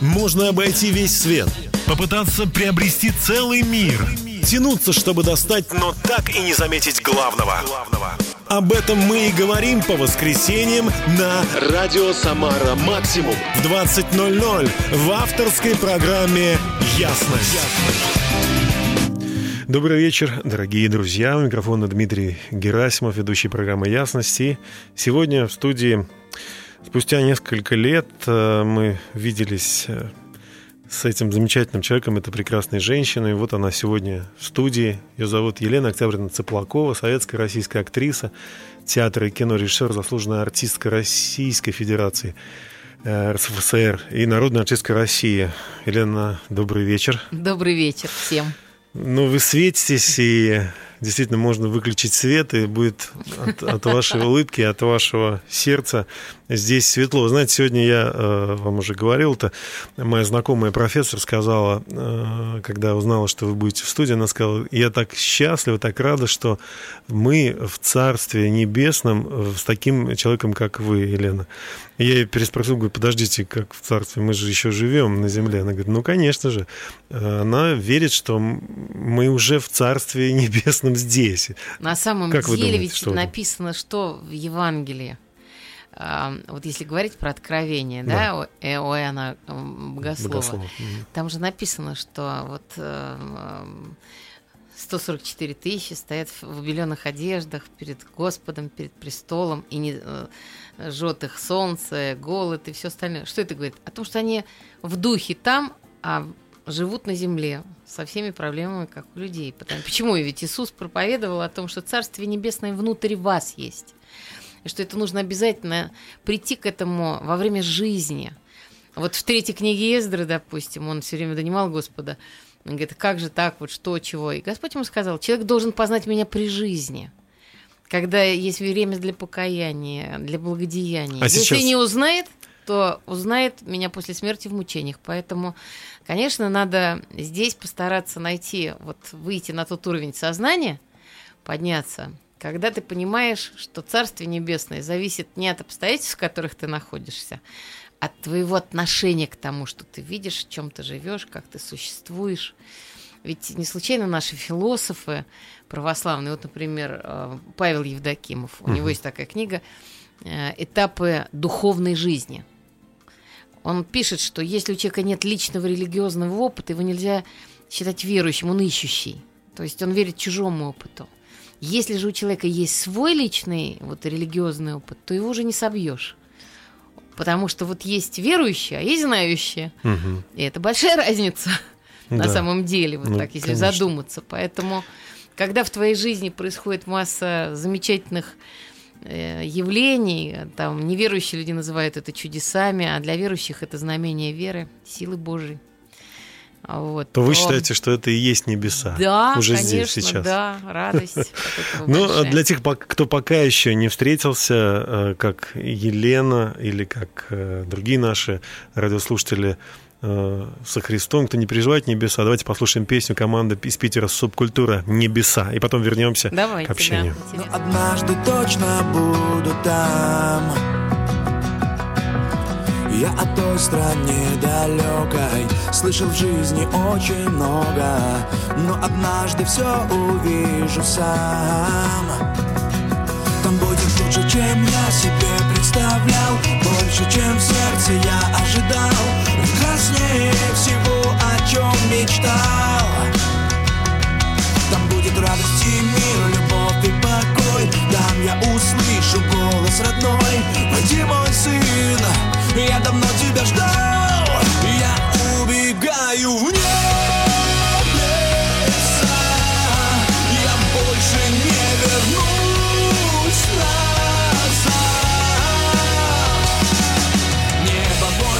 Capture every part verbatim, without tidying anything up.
Можно обойти весь свет, попытаться приобрести целый мир, тянуться, чтобы достать, но так и не заметить главного. Об этом мы и говорим по воскресеньям на Радио Самара Максимум в двадцать ноль ноль в авторской программе «Ясность». Добрый вечер, дорогие друзья. У микрофона Дмитрий Герасимов, ведущий программы «Ясность». И сегодня в студии, спустя несколько лет, мы виделись с этим замечательным человеком, это прекрасной женщиной. Вот она сегодня в студии. Ее зовут Елена Октябрьевна Цыплакова, советская российская актриса, театра и кино, режиссер, заслуженная артистка Российской Федерации, эр эс эф эс эр и Народная артистка России. Елена, добрый вечер. Добрый вечер всем. Ну, вы светитесь, и действительно можно выключить свет, и будет от, от вашей улыбки, от вашего сердца здесь светло. Знаете, сегодня я э, вам уже говорил-то, моя знакомая профессор сказала, э, когда узнала, что вы будете в студии, она сказала: я так счастлива, так рада, что мы в Царстве Небесном с таким человеком, как вы, Елена. И я ей переспросил, говорю: подождите, как в Царстве, мы же еще живем на земле. Она говорит: ну, конечно же. Она верит, что мы уже в Царстве Небесном здесь. На самом как деле ведь что написано, что в Евангелии, вот если говорить про Откровение, да, да, о Иоанна Богослова, Богослова, там же написано, что вот сто сорок четыре тысячи стоят в беленых одеждах перед Господом, перед престолом, и не жжет их солнце, голод и все остальное. Что это говорит? О том, что они в духе там, а живут на земле со всеми проблемами, как у людей. Потому, почему? Ведь Иисус проповедовал о том, что Царствие Небесное внутри вас есть. И что это нужно обязательно прийти к этому во время жизни. Вот в третьей книге Эздры, допустим, он все время донимал Господа. Он говорит: как же так, вот что, чего? И Господь ему сказал: человек должен познать меня при жизни, когда есть время для покаяния, для благодеяния. А Если сейчас... не узнает, то узнает меня после смерти в мучениях. Поэтому, конечно, надо здесь постараться найти, вот выйти на тот уровень сознания, подняться, когда ты понимаешь, что Царствие Небесное зависит не от обстоятельств, в которых ты находишься, а от твоего отношения к тому, что ты видишь, в чем ты живешь, как ты существуешь. Ведь не случайно наши философы православные, вот, например, Павел Евдокимов, у него есть такая книга «Этапы духовной жизни». Он пишет, что если у человека нет личного религиозного опыта, его нельзя считать верующим, он ищущий. То есть он верит чужому опыту. Если же у человека есть свой личный вот, религиозный опыт, то его уже не собьешь. Потому что вот есть верующие, а есть знающие. Угу. И это большая разница да. на самом деле, вот ну, так, если конечно. задуматься. Поэтому, когда в твоей жизни происходит масса замечательных явлений, там неверующие люди называют это чудесами, а для верующих это знамение веры, силы Божией. Вот. То вы считаете, что это и есть небеса? Да, уже конечно, здесь, сейчас. Да, радость. Ну, для тех, кто пока еще не встретился, как Елена или как другие наши радиослушатели со Христом, кто не переживает небеса, давайте послушаем песню команды из Питера «Субкультура» «Небеса», и потом вернемся давайте, к общению. Да, но однажды точно буду там. Я о той стране далекой слышал в жизни очень много, но однажды все увижу сам. Там будет лучше, чем я себе представлял, больше, чем в сердце я ожидал, прекраснее всего, о чем мечтал. Там будет радость и мир, любовь и покой, там я услышу голос родной: пойди, мой сын, я давно тебя ждал. Я убегаю в небеса, я больше не вернусь назад. Небо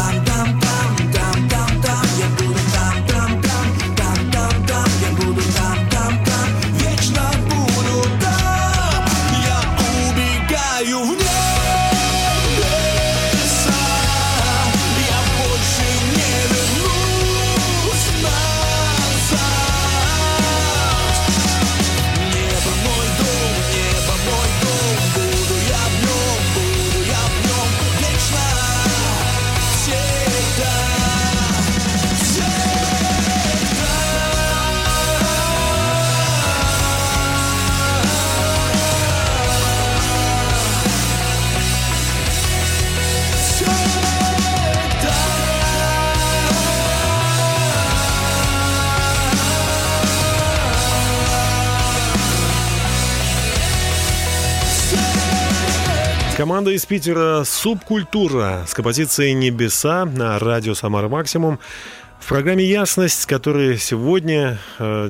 там-там-там, там-там-там, я буду там-там-там, там-там-там, я буду там-там-там, вечно буду там. Я убегаю в небеса, я больше не вернусь назад. Небо мой дом, небо мой дом, буду я в нем, буду я в нем вечно, всегда, Команда из Питера «Субкультура» с композицией «Небеса» на радио «Самара Максимум». В программе «Ясность», которая сегодня э,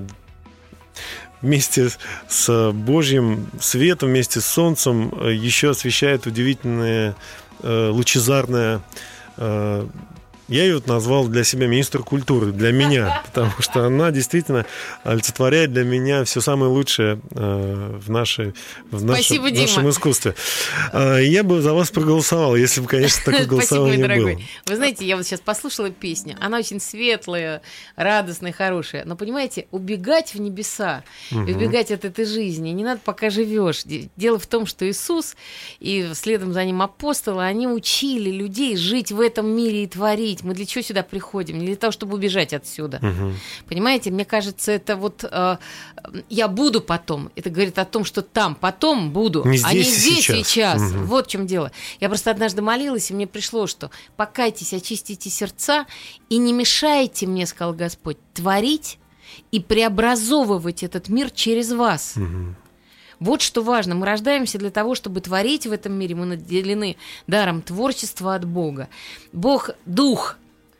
вместе с Божьим светом, вместе с солнцем э, еще освещает удивительное э, лучезарное... Э, я ее вот назвал для себя министр культуры, для меня, потому что она действительно олицетворяет для меня все самое лучшее э, в, нашей, в, нашей, Спасибо, в нашем Дима. искусстве. Э, я бы за вас проголосовал, если бы, конечно, такое голосование Спасибо, мой было. дорогой. Вы знаете, я вот сейчас послушала песню. Она очень светлая, радостная, хорошая. Но, понимаете, убегать в небеса, Угу. убегать от этой жизни не надо, пока живешь. Дело в том, что Иисус и следом за ним апостолы, они учили людей жить в этом мире и творить. Мы для чего сюда приходим? Не для того, чтобы убежать отсюда. Угу. Понимаете, мне кажется, это вот э, я буду потом. Это говорит о том, что там потом буду, Не а не здесь и здесь сейчас. сейчас. Мгм. Вот в чем дело. Я просто однажды молилась, и мне пришло, что покайтесь, очистите сердца и не мешайте мне, сказал Господь, творить и преобразовывать этот мир через вас. Угу. Вот что важно. Мы рождаемся для того, чтобы творить в этом мире. Мы наделены даром творчества от Бога. Бог – дух.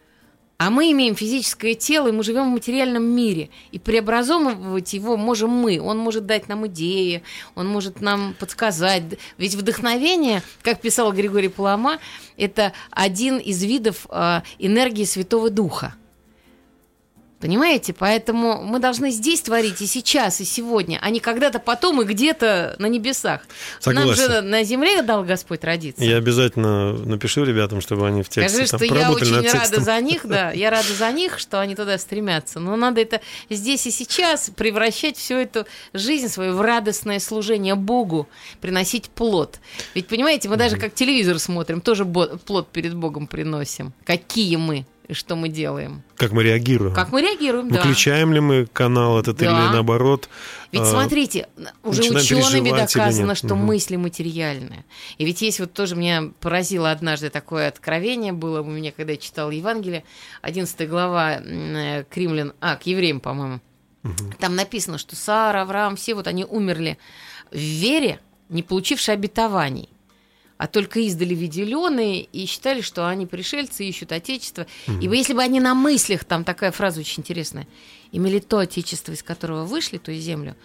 А мы имеем физическое тело, и мы живем в материальном мире. И преобразовывать его можем мы. Он может дать нам идеи, он может нам подсказать. Ведь вдохновение, как писал Григорий Палама, это один из видов э, энергии Святого Духа. Понимаете? Поэтому мы должны здесь творить и сейчас, и сегодня, а не когда-то потом и где-то на небесах. Согласен. Нам же на земле дал Господь родиться. Я обязательно напишу ребятам, чтобы они в тексте Скажи, там что я поработали очень над рада текстом. за них, да, я рада за них, что они туда стремятся. Но надо это здесь и сейчас превращать всю эту жизнь свою в радостное служение Богу, приносить плод. Ведь, понимаете, мы даже как телевизор смотрим, тоже бо- плод перед Богом приносим. Какие мы и что мы делаем. Как мы реагируем. Как мы реагируем, да. Выключаем ли мы канал этот Да. или наоборот? Ведь э, смотрите, уже начинаем учеными переживать или доказано, нет? что Мгм. мысли материальные. И ведь есть вот тоже меня поразило однажды такое откровение было у меня, когда я читала Евангелие, одиннадцатая глава м, к римлян, а, к евреям, по-моему. Там написано, что Сара, Авраам, все вот они умерли в вере, не получивши обетований, а только издали виделенные и считали, что они пришельцы, ищут отечество. Ибо если бы они на мыслях, там такая фраза очень интересная, имели то отечество, из которого вышли, то есть землю,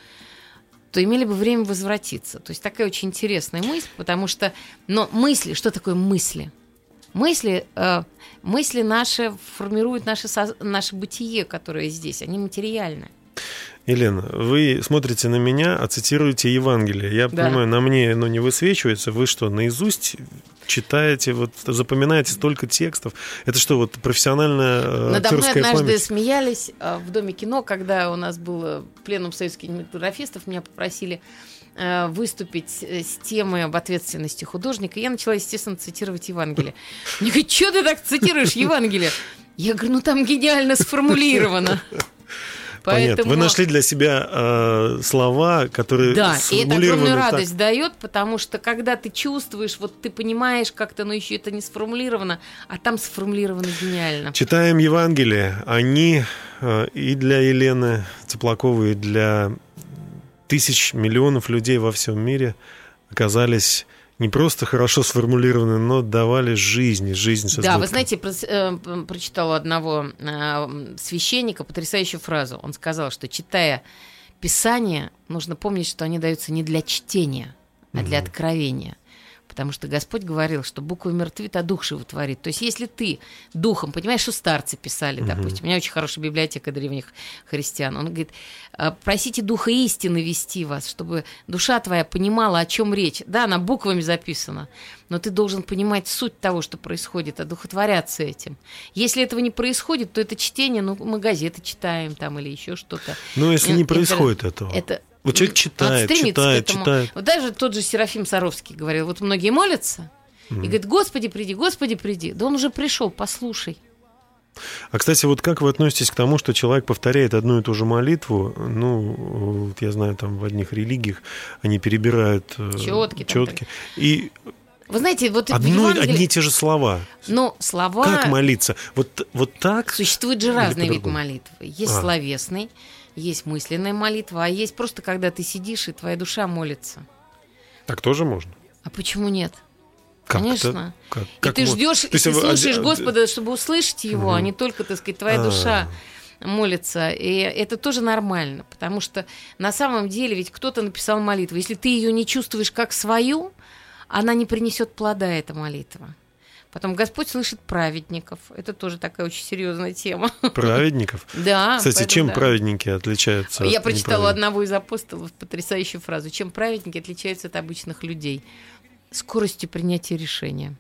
то имели бы время возвратиться. То есть такая очень интересная мысль, потому что... Но мысли, что такое мысли? Мысли, э, мысли наши формируют наше, со... наше бытие, которое здесь, они материальные. Елена, вы смотрите на меня, а цитируете Евангелие. Я Да. понимаю, на мне оно не высвечивается. Вы что, наизусть читаете, вот запоминаете столько текстов? Это что, вот профессиональная э, Надо мной актерская однажды память? смеялись э, в Доме кино, когда у нас был э, пленум советских кинематографистов, меня попросили э, выступить э, с темой об ответственности художника. Я начала, естественно, цитировать Евангелие. Мне говорят, что ты так цитируешь Евангелие? Я говорю, ну там гениально сформулировано. Понятно. Поэтому... Вы нашли для себя э, слова, которые Да, и это сформулированы огромную так. радость дает, потому что когда ты чувствуешь, вот ты понимаешь как-то, но еще это не сформулировано, а там сформулировано гениально. Читаем Евангелие. Они э, и для Елены Теплаковой, и для тысяч, миллионов людей во всем мире оказались не просто хорошо сформулированы, но давали жизнь, жизнь со Да, избытком. вы знаете, про, э, прочитала у одного э, священника потрясающую фразу. Он сказал, что, читая Писание, нужно помнить, что они даются не для чтения, а для откровения. Потому что Господь говорил, что буква мертвит, а дух животворит. То есть если ты духом, понимаешь, что старцы писали, uh-huh. допустим, у меня очень хорошая библиотека древних христиан, он говорит, просите духа истины вести вас, чтобы душа твоя понимала, о чем речь. Да, она буквами записана, но ты должен понимать суть того, что происходит, одухотворяться этим. Если этого не происходит, то это чтение, ну, мы газеты читаем там или еще что-то. Но если не происходит этого... Это... Вот человек читает, читает, читает. Вот даже тот же Серафим Саровский говорил, вот многие молятся, mm. и говорят, Господи, приди, Господи, приди. Да он уже пришел, послушай. А, кстати, вот как вы относитесь к тому, что человек повторяет одну и ту же молитву? Ну, вот я знаю, там в одних религиях они перебирают четки. четки и... Вы знаете, вот Одно, Евангелии... одни и те же слова. Но слова... Как молиться? Вот, вот так? Существуют же разные виды молитвы. Есть а. словесный, есть мысленная молитва, а есть просто, когда ты сидишь, и твоя душа молится. Так тоже можно? А почему нет? Как Конечно. Как, и как ты можно? ждешь, и ты слушаешь а... Господа, чтобы услышать его, угу. а не только, так сказать, твоя А-а-а. душа молится. И это тоже нормально, потому что на самом деле ведь кто-то написал молитву. Если ты ее не чувствуешь как свою, она не принесет плода, эта молитва. Потом Господь слышит праведников. Это тоже такая очень серьезная тема. Праведников? Да. Кстати, чем да. праведники отличаются? Я прочитала у одного из апостолов потрясающую фразу. Чем праведники отличаются от обычных людей? Скоростью принятия решения.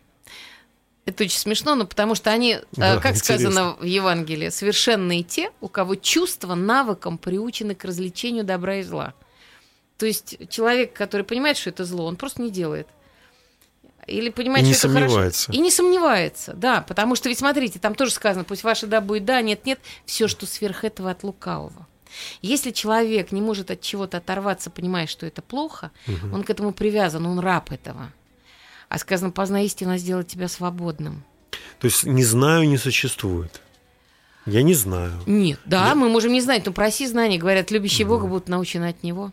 Это очень смешно, но потому что они, да, как интересно. Сказано в Евангелии, совершенные те, у кого чувства навыком приучены к развлечению добра и зла. То есть человек, который понимает, что это зло, он просто не делает. Или понимает, и что не это сомневается. Хорошо. И не сомневается, да. Потому что, ведь смотрите, там тоже сказано, пусть ваша да будет да, нет, нет, все, что сверх этого от лукавого. Если человек не может от чего-то оторваться, понимая, что это плохо, угу. он к этому привязан, он раб этого. А сказано, познай истину, сделать тебя свободным. То есть не знаю не существует. Я не знаю. Нет, да, Я... мы можем не знать, но проси знаний. Говорят, любящие угу. Бога будут научены от Него.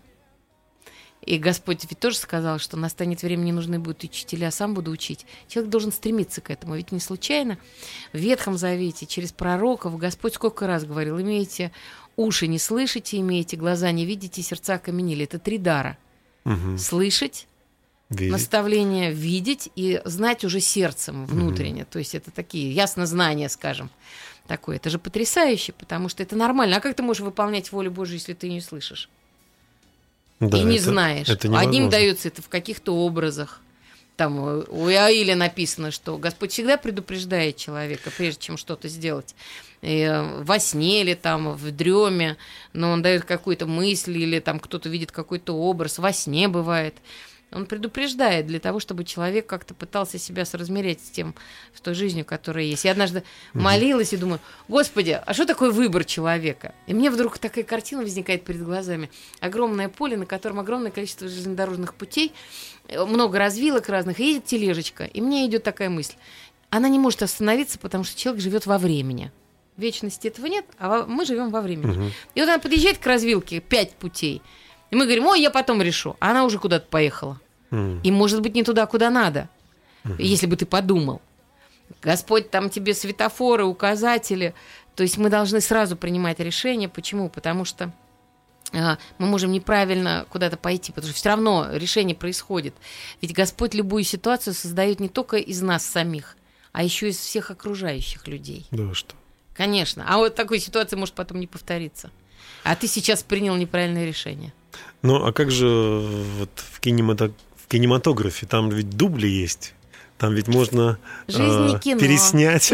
И Господь ведь тоже сказал, что настанет время, не нужны будут учителя, а сам буду учить. Человек должен стремиться к этому. Ведь не случайно в Ветхом Завете через пророков Господь сколько раз говорил, имеете уши не слышите, имеете глаза не видите, сердца окаменели. Это три дара. Угу. Слышать, видеть. Наставление видеть и знать уже сердцем внутренне. Угу. То есть это такие яснознания, скажем. Такое. Это же потрясающе, потому что это нормально. А как ты можешь выполнять волю Божию, если ты не слышишь? Да, и не это, знаешь. Это Одним дается это в каких-то образах. Там у Иаиля написано, что Господь всегда предупреждает человека, прежде чем что-то сделать. И во сне или там в дреме, но он дает какую-то мысль, или там кто-то видит какой-то образ. Во сне бывает. Он предупреждает для того, чтобы человек как-то пытался себя соразмерять с тем, с той жизнью, которая есть. Я однажды молилась и думаю, Господи, а что такое выбор человека? И мне вдруг такая картина возникает перед глазами. Огромное поле, на котором огромное количество железнодорожных путей, много развилок разных, и едет тележечка. И мне идет такая мысль. Она не может остановиться, потому что человек живет во времени. Вечности этого нет, а мы живем во времени. Угу. И вот она подъезжает к развилке, пять путей. И мы говорим, ой, я потом решу. А она уже куда-то поехала. Mm. И, может быть, не туда, куда надо, mm-hmm. если бы ты подумал. Господь, там тебе светофоры, указатели. То есть мы должны сразу принимать решение. Почему? Потому что а, мы можем неправильно куда-то пойти, потому что все равно решение происходит. Ведь Господь любую ситуацию создает не только из нас самих, а еще из всех окружающих людей. Да что? Конечно. А вот такой ситуации может потом не повториться. А ты сейчас принял неправильное решение. Ну, а как же вот в, кинемато... в кинематографе? Там ведь дубли есть. Там ведь можно э, переснять.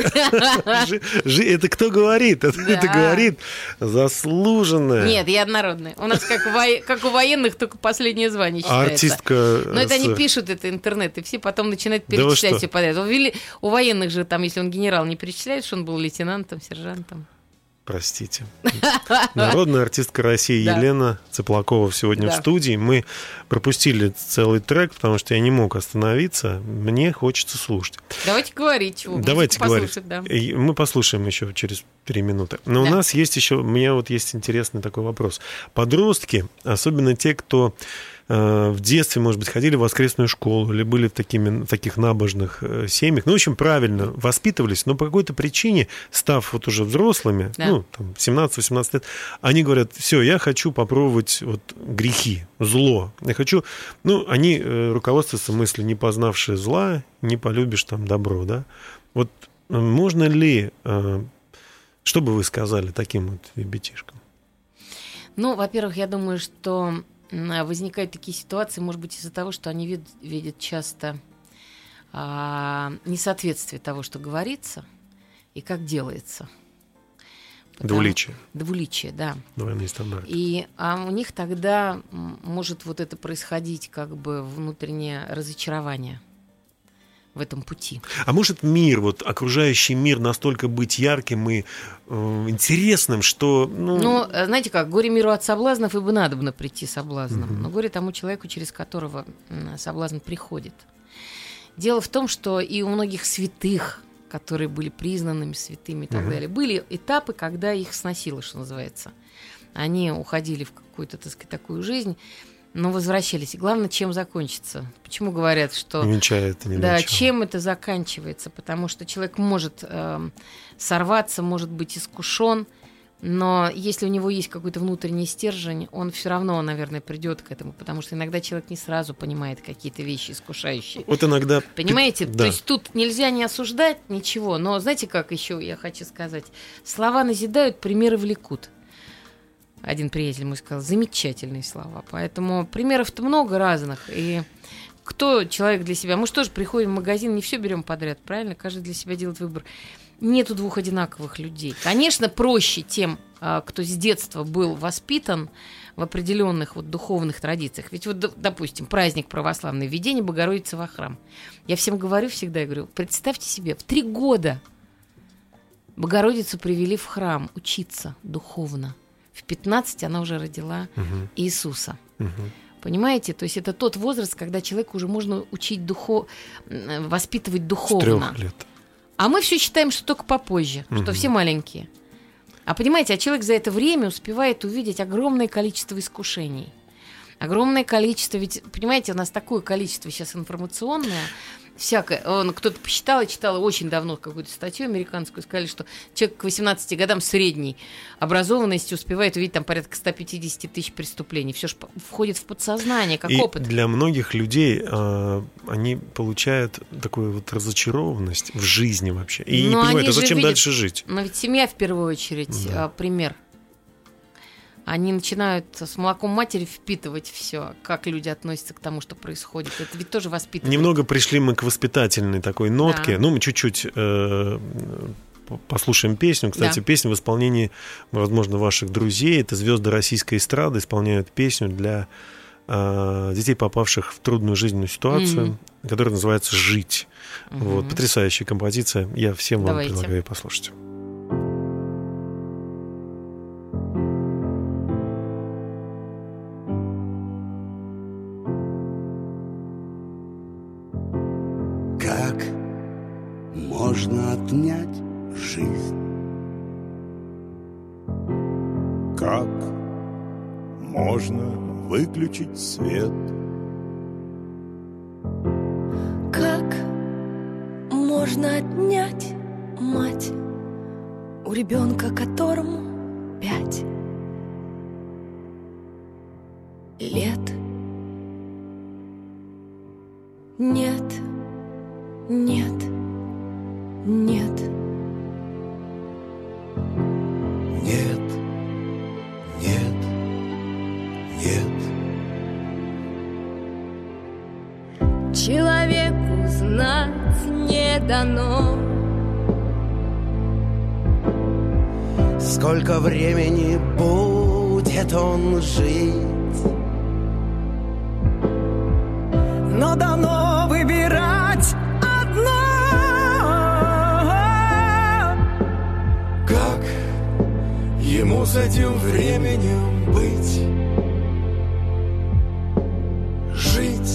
Это кто говорит? Это говорит заслуженная. Нет, я однородная. У нас как у военных, только последнее звание считается. Артистка. Но это они пишут, это интернет, и все потом начинают перечислять все подряд. У военных же, там, если он генерал, не перечисляет, что он был лейтенантом, сержантом. Простите. Народная артистка России да. Елена Цыплакова сегодня да. в студии. Мы пропустили целый трек, потому что я не мог остановиться. Мне хочется слушать. Давайте говорить, чего. Давайте говорить. Да. Мы послушаем еще через три минуты. Но да. у нас есть еще, у меня вот есть интересный такой вопрос. Подростки, особенно те, кто в детстве, может быть, ходили в воскресную школу или были в, такими, в таких набожных семьях. Ну, в общем, правильно воспитывались, но по какой-то причине, став вот уже взрослыми, да. ну, там, семнадцать-восемнадцать лет, они говорят, все, я хочу попробовать вот грехи, зло. Я хочу... Ну, они руководствуются мыслью, не познавши зла, не полюбишь там добро, да? Вот можно ли... Что бы вы сказали таким вот ребятишкам? Ну, во-первых, я думаю, что возникают такие ситуации, может быть, из-за того, что они видят, видят часто а, несоответствие того, что говорится, и как делается. Потому... Двуличие. Двуличие, да. Двойные стандарты. И а у них тогда может вот это происходить как бы внутреннее разочарование в этом пути. А может мир, вот окружающий мир настолько быть ярким и э, интересным, что... Ну... ну, знаете как, горе миру от соблазнов, ибо надобно прийти соблазном. Угу. Но горе тому человеку, через которого соблазн приходит. Дело в том, что и у многих святых, которые были признанными святыми и так угу. далее, были этапы, когда их сносило, что называется. Они уходили в какую-то, так сказать, такую жизнь, но возвращались. И главное, чем закончится. Почему говорят, что... Венчает, не да, начало. чем это заканчивается? Потому что человек может э, сорваться, может быть искушен, но если у него есть какой-то внутренний стержень, он все равно, наверное, придет к этому, потому что иногда человек не сразу понимает какие-то вещи искушающие. Вот иногда... Понимаете? Да. То есть тут нельзя не осуждать ничего, но знаете, как еще я хочу сказать? Слова назидают, примеры влекут. Один приятель мой сказал, замечательные слова. Поэтому примеров-то много разных. И кто человек для себя? Мы же тоже приходим в магазин, не все берем подряд, правильно? Каждый для себя делает выбор. Нету двух одинаковых людей. Конечно, проще тем, кто с детства был воспитан в определенных вот духовных традициях. Ведь вот, допустим, праздник православный, введение Богородицы во храм. Я всем говорю всегда, я говорю, представьте себе, в три года Богородицу привели в храм учиться духовно. В пятнадцать она уже родила угу. Иисуса. Угу. Понимаете? То есть это тот возраст, когда человеку уже можно учить духов... воспитывать духовно. С трех лет. А мы все считаем, что только попозже, угу. что все маленькие. А понимаете, а человек за это время успевает увидеть огромное количество искушений. Огромное количество, ведь, понимаете, у нас такое количество сейчас информационное, всякое. Он, кто-то посчитал и читал очень давно какую-то статью американскую, сказали, что человек к восемнадцати годам средней образованности успевает увидеть там порядка сто пятьдесят тысяч преступлений. Все же входит в подсознание, как и опыт. Для многих людей э, они получают такую вот разочарованность в жизни вообще. И но не понимают, а зачем видят, дальше жить? Но ведь семья в первую очередь да. пример. Они начинают с молоком матери впитывать все, как люди относятся к тому, что происходит. Это ведь тоже воспитывает. Немного пришли мы к воспитательной такой нотке. Да. Ну, мы чуть-чуть э, послушаем песню. Кстати, да. песня в исполнении, возможно, ваших друзей. Это звезды российской эстрады исполняют песню для э, детей, попавших в трудную жизненную ситуацию, mm-hmm. которая называется «Жить». Mm-hmm. Вот, потрясающая композиция. Я всем Давайте. вам предлагаю послушать. Как можно отнять жизнь? Как можно выключить свет? Как можно отнять мать у ребенка, которому пять лет? Нет. Нет, нет, нет, нет, нет. Человеку знать не дано, сколько времени будет он жить, но дано выбирать. Как ему с этим временем быть? Жить,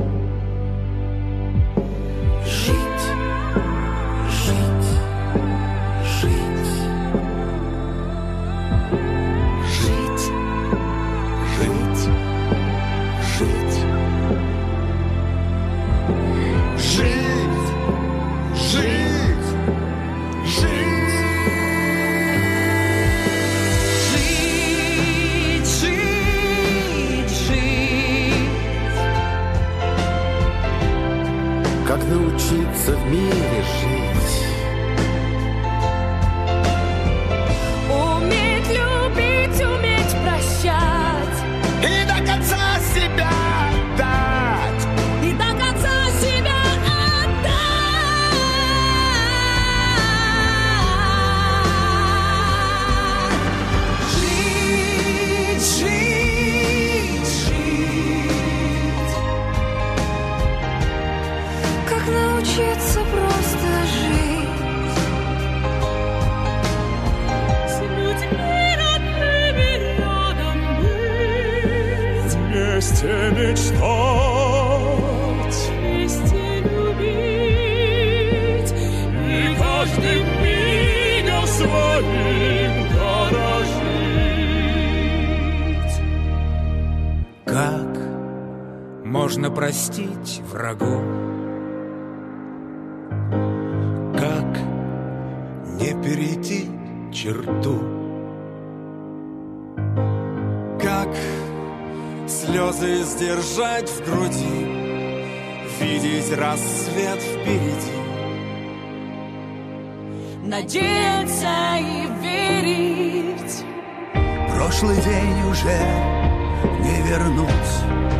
жить, жить, жить, жить, жить, жить. мире жить. Уметь любить, уметь прощать. И до конца себя отдать. И до конца себя отдать. Жить, жить, жить. Как научиться просто жить с людьми родными рядом быть, Вместе мечтать вместе любить и каждым мигом своим дорожить. Как можно простить врагу? Как не перейти черту? Как слезы сдержать в груди, видеть рассвет впереди? надеяться и верить. Прошлый день уже не вернуть.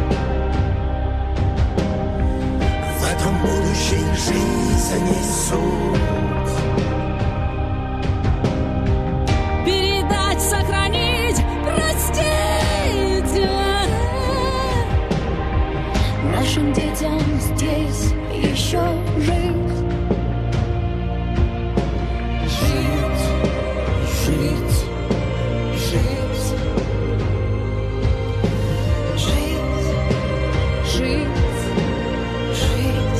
В этом будущей жизни суть. Передать, сохранить, простить. Нашим детям здесь еще жить. Жить, жить, жить. Жить, жить, жить.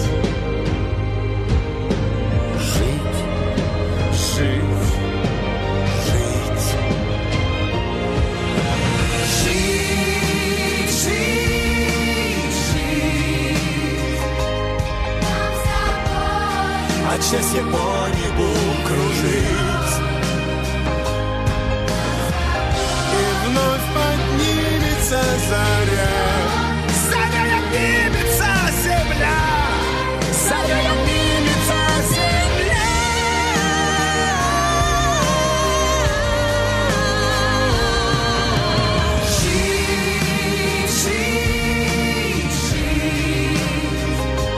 Жить, жить, жить. Жить, жить, жить. От счастья по небу кружить. И вновь поднимется заря. Заря поднимется земля. Заря поднимется земля. Жить, жить, жить.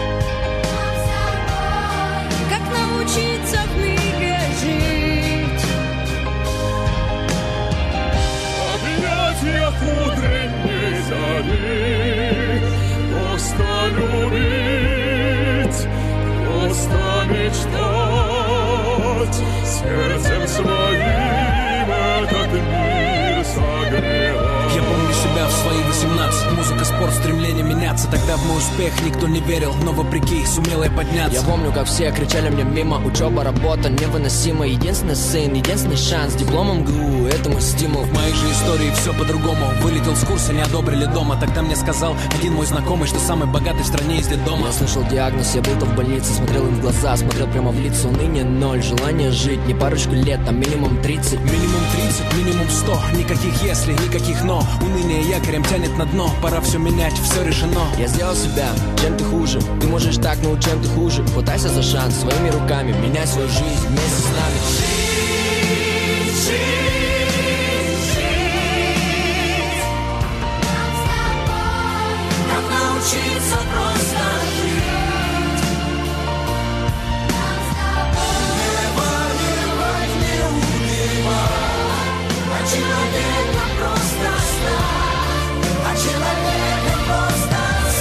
Как научиться в мире жить? Объятия утренней зари, просто любить, просто мечтать, сердцем своим этот мир согревать. Я помню себя в свои восемнадцать. Музыка, спорт, стремление меняться. Тогда в мой успех никто не верил, но вопреки сумел я подняться. Я помню, как все кричали мне мимо. Учеба, работа невыносима. Единственный сын, единственный шанс. Дипломом ГУ, это мой стимул. В моей же истории все по-другому. Вылетел с курса, не одобрили дома. Тогда мне сказал один мой знакомый, что самый богатый в стране из детдома. Я слышал диагноз, я был-то в больнице. Смотрел им в глаза, смотрел прямо в лицо. Уныние ноль, желание жить не парочку лет, а минимум тридцать. Минимум тридцать, минимум сто. Никаких если, никаких но. Уныние якорем тянет на дно. Пора все менять, все решено. Я сделал себя, чем ты хуже. Ты можешь так, но чем ты хуже. Хватайся за шанс своими руками. Меняй свою жизнь вместе с нами. Как научиться просто жить. Не воевать, не убивать, а человеком просто стать. А человеком просто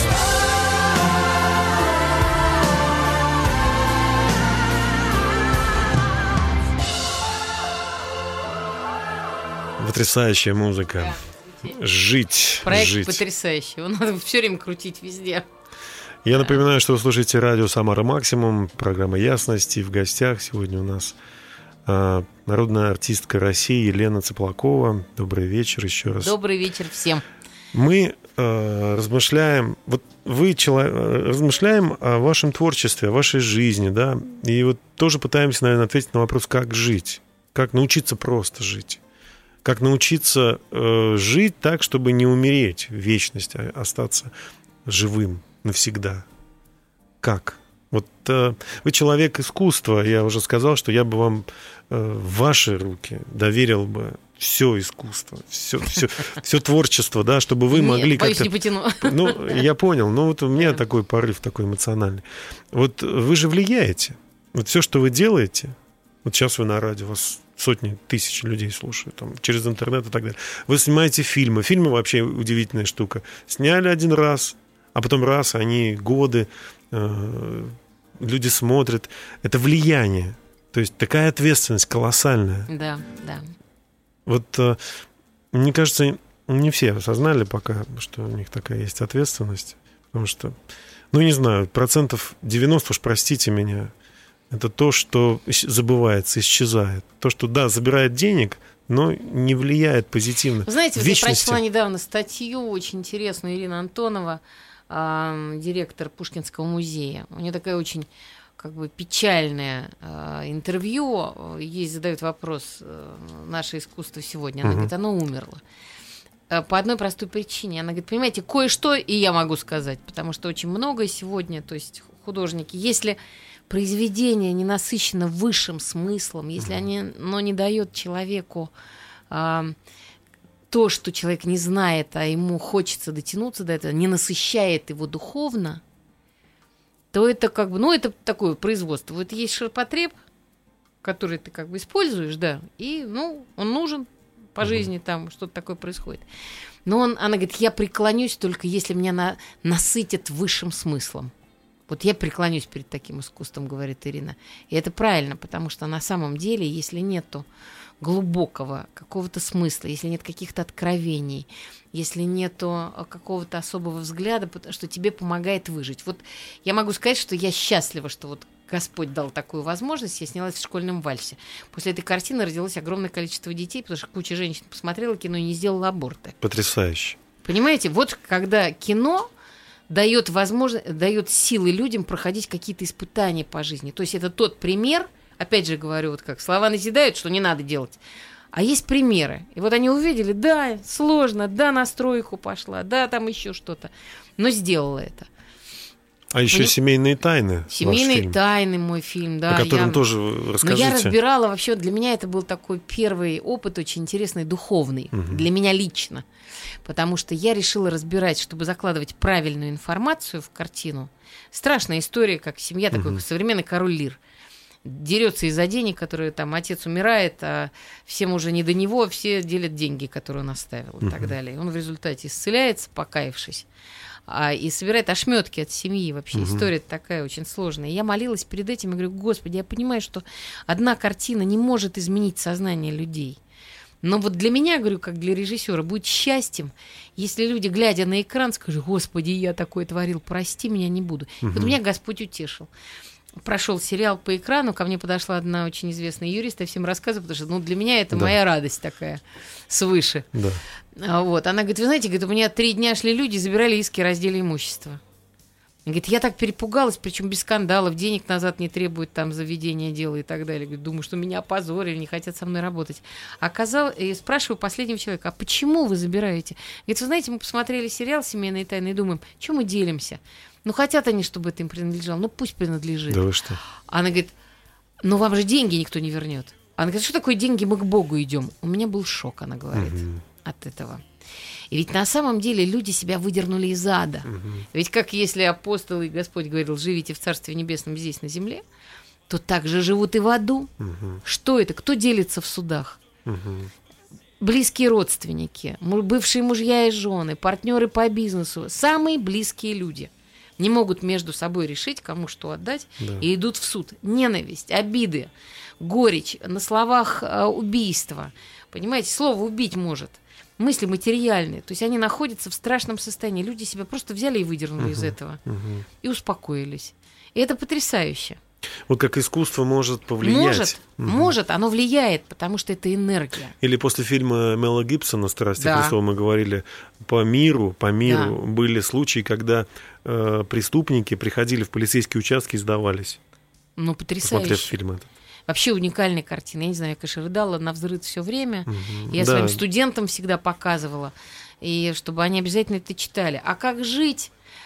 стать. Потрясающая музыка. Жить. Проект жить. потрясающий. Его надо все время крутить везде. Я напоминаю, что вы слушаете радио «Самара Максимум», программа «Ясность». И в гостях сегодня у нас а, народная артистка России Елена Цыплакова. Добрый вечер еще раз. Добрый вечер всем. Мы а, размышляем, вот вы чело- размышляем о вашем творчестве, о вашей жизни, да, и вот тоже пытаемся, наверное, ответить на вопрос, как жить, как научиться просто жить. Как научиться э, жить так, чтобы не умереть в вечность, а остаться живым навсегда. Как? Вот э, вы человек искусства. Я уже сказал, что я бы вам э, в ваши руки доверил бы все искусство, все, все, все творчество, да, чтобы вы могли Нет, боюсь, как-то... не потяну. Ну, я понял, но вот у меня Да. такой порыв, такой эмоциональный. Вот вы же влияете. Вот все, что вы делаете, вот сейчас вы на радио, вас сотни тысяч людей слушают, там, через интернет и так далее. Вы снимаете фильмы. Фильмы вообще удивительная штука. Сняли один раз, а потом раз, они годы, э, люди смотрят. Это влияние. То есть такая ответственность колоссальная. Да, да. Вот, э, мне кажется, не все осознали пока, что у них такая есть ответственность. Потому что, ну, не знаю, процентов девяносто, уж простите меня, это то, что ис- забывается, исчезает. То, что, да, забирает денег, но не влияет позитивно. Вы знаете, В вот я вечности. прочла недавно статью очень интересную Ирины Антонова, а, директор Пушкинского музея. У нее такая очень как бы печальное а, интервью. Ей задают вопрос: э, наше искусство сегодня. Она Мгм. говорит, оно умерло. Э, По одной простой причине. Она говорит, понимаете, кое-что и я могу сказать, потому что очень многое сегодня, то есть художники, если произведение не насыщено высшим смыслом, если они, оно не дает человеку а, то, что человек не знает, а ему хочется дотянуться до этого, не насыщает его духовно, то это как бы, ну, это такое производство. Вот есть ширпотреб, который ты как бы используешь, да, и, ну, он нужен по жизни, там что-то такое происходит. Но он, она говорит, я преклонюсь только если меня на, насытят высшим смыслом. Вот я преклонюсь перед таким искусством, говорит Ирина. И это правильно, потому что на самом деле, если нету глубокого какого-то смысла, если нет каких-то откровений, если нету какого-то особого взгляда, что тебе помогает выжить. Вот я могу сказать, что я счастлива, что вот Господь дал такую возможность. Я снялась в «Школьном вальсе». После этой картины родилось огромное количество детей, потому что куча женщин посмотрела кино и не сделала аборты. Потрясающе. Понимаете, вот когда кино дает возможность, дает силы людям проходить какие-то испытания по жизни. То есть это тот пример, опять же говорю, вот как слова назидают, что не надо делать. А есть примеры. И вот они увидели, да, сложно, да, на стройку пошла, да, там еще что-то, но сделала это. А еще Ну, «Семейные тайны». ваш «Семейные фильм, тайны» мой фильм, да. о котором я- тоже Но расскажите. я разбирала вообще, для меня это был такой первый опыт, очень интересный, духовный, Мгм. для меня лично. Потому что я решила разбирать, чтобы закладывать правильную информацию в картину. Страшная история, как семья, такой Мгм. современный король Лир. Дерется из-за денег, которые там отец умирает, а всем уже не до него, все делят деньги, которые он оставил и так Мгм. далее. И он в результате исцеляется, покаявшись, а, и собирает ошметки от семьи. Вообще Мгм. история такая очень сложная. И я молилась перед этим и говорю, Господи, я понимаю, что одна картина не может изменить сознание людей. Но вот для меня, говорю, как для режиссера, будет счастьем, если люди, глядя на экран, скажут, Господи, я такое творил, прости меня, не буду. И вот Мгм. меня Господь утешил. Прошел сериал по экрану, ко мне подошла одна очень известная юрист, я всем рассказываю, потому что ну, для меня это Да. моя радость такая свыше. Да. А, Вот. Она говорит, вы знаете, говорит, у меня три дня шли люди, забирали иски о разделе имущества. Говорит, я так перепугалась, причем без скандалов, денег назад не требуют там за ведение дела и так далее. Говорит, думаю, что меня опозорили, не хотят со мной работать. Оказалось, и спрашиваю последнего человека, а почему вы забираете? Говорит, вы знаете, мы посмотрели сериал «Семейные тайны» и думаем, что мы делимся? Ну, хотят они, чтобы это им принадлежало, ну, пусть принадлежит. Да вы что? Она говорит, ну, вам же деньги никто не вернет. Она говорит, что такое деньги, мы к Богу идем. У меня был шок, она говорит, Мгм. от этого. И ведь на самом деле люди себя выдернули из ада. Мгм. Ведь как если апостол и Господь говорил, живите в Царстве Небесном здесь, на земле, то так же живут и в аду. Мгм. Что это? Кто делится в судах? Мгм. Близкие родственники, му- бывшие мужья и жены, партнеры по бизнесу, самые близкие люди не могут между собой решить, кому что отдать, Да. и идут в суд. Ненависть, обиды, горечь, на словах а, убийство. Понимаете, слово убить может. Мысли материальные. То есть они находятся в страшном состоянии. Люди себя просто взяли и выдернули из этого. Мгм. И успокоились. И это потрясающе. Вот как искусство может повлиять. Может, Мгм. может, оно влияет, потому что это энергия. Или после фильма Мела Гибсона «Страсти Да. Христова» мы говорили, по миру, по миру Да. были случаи, когда э, преступники приходили в полицейские участки и сдавались, Ну, посмотрев потрясающе. фильм этот. Вообще уникальная картина. Я не знаю, я, конечно, рыдала на взрыв все время. Мгм. Я Да. своим студентам всегда показывала, и чтобы они обязательно это читали. А как жить?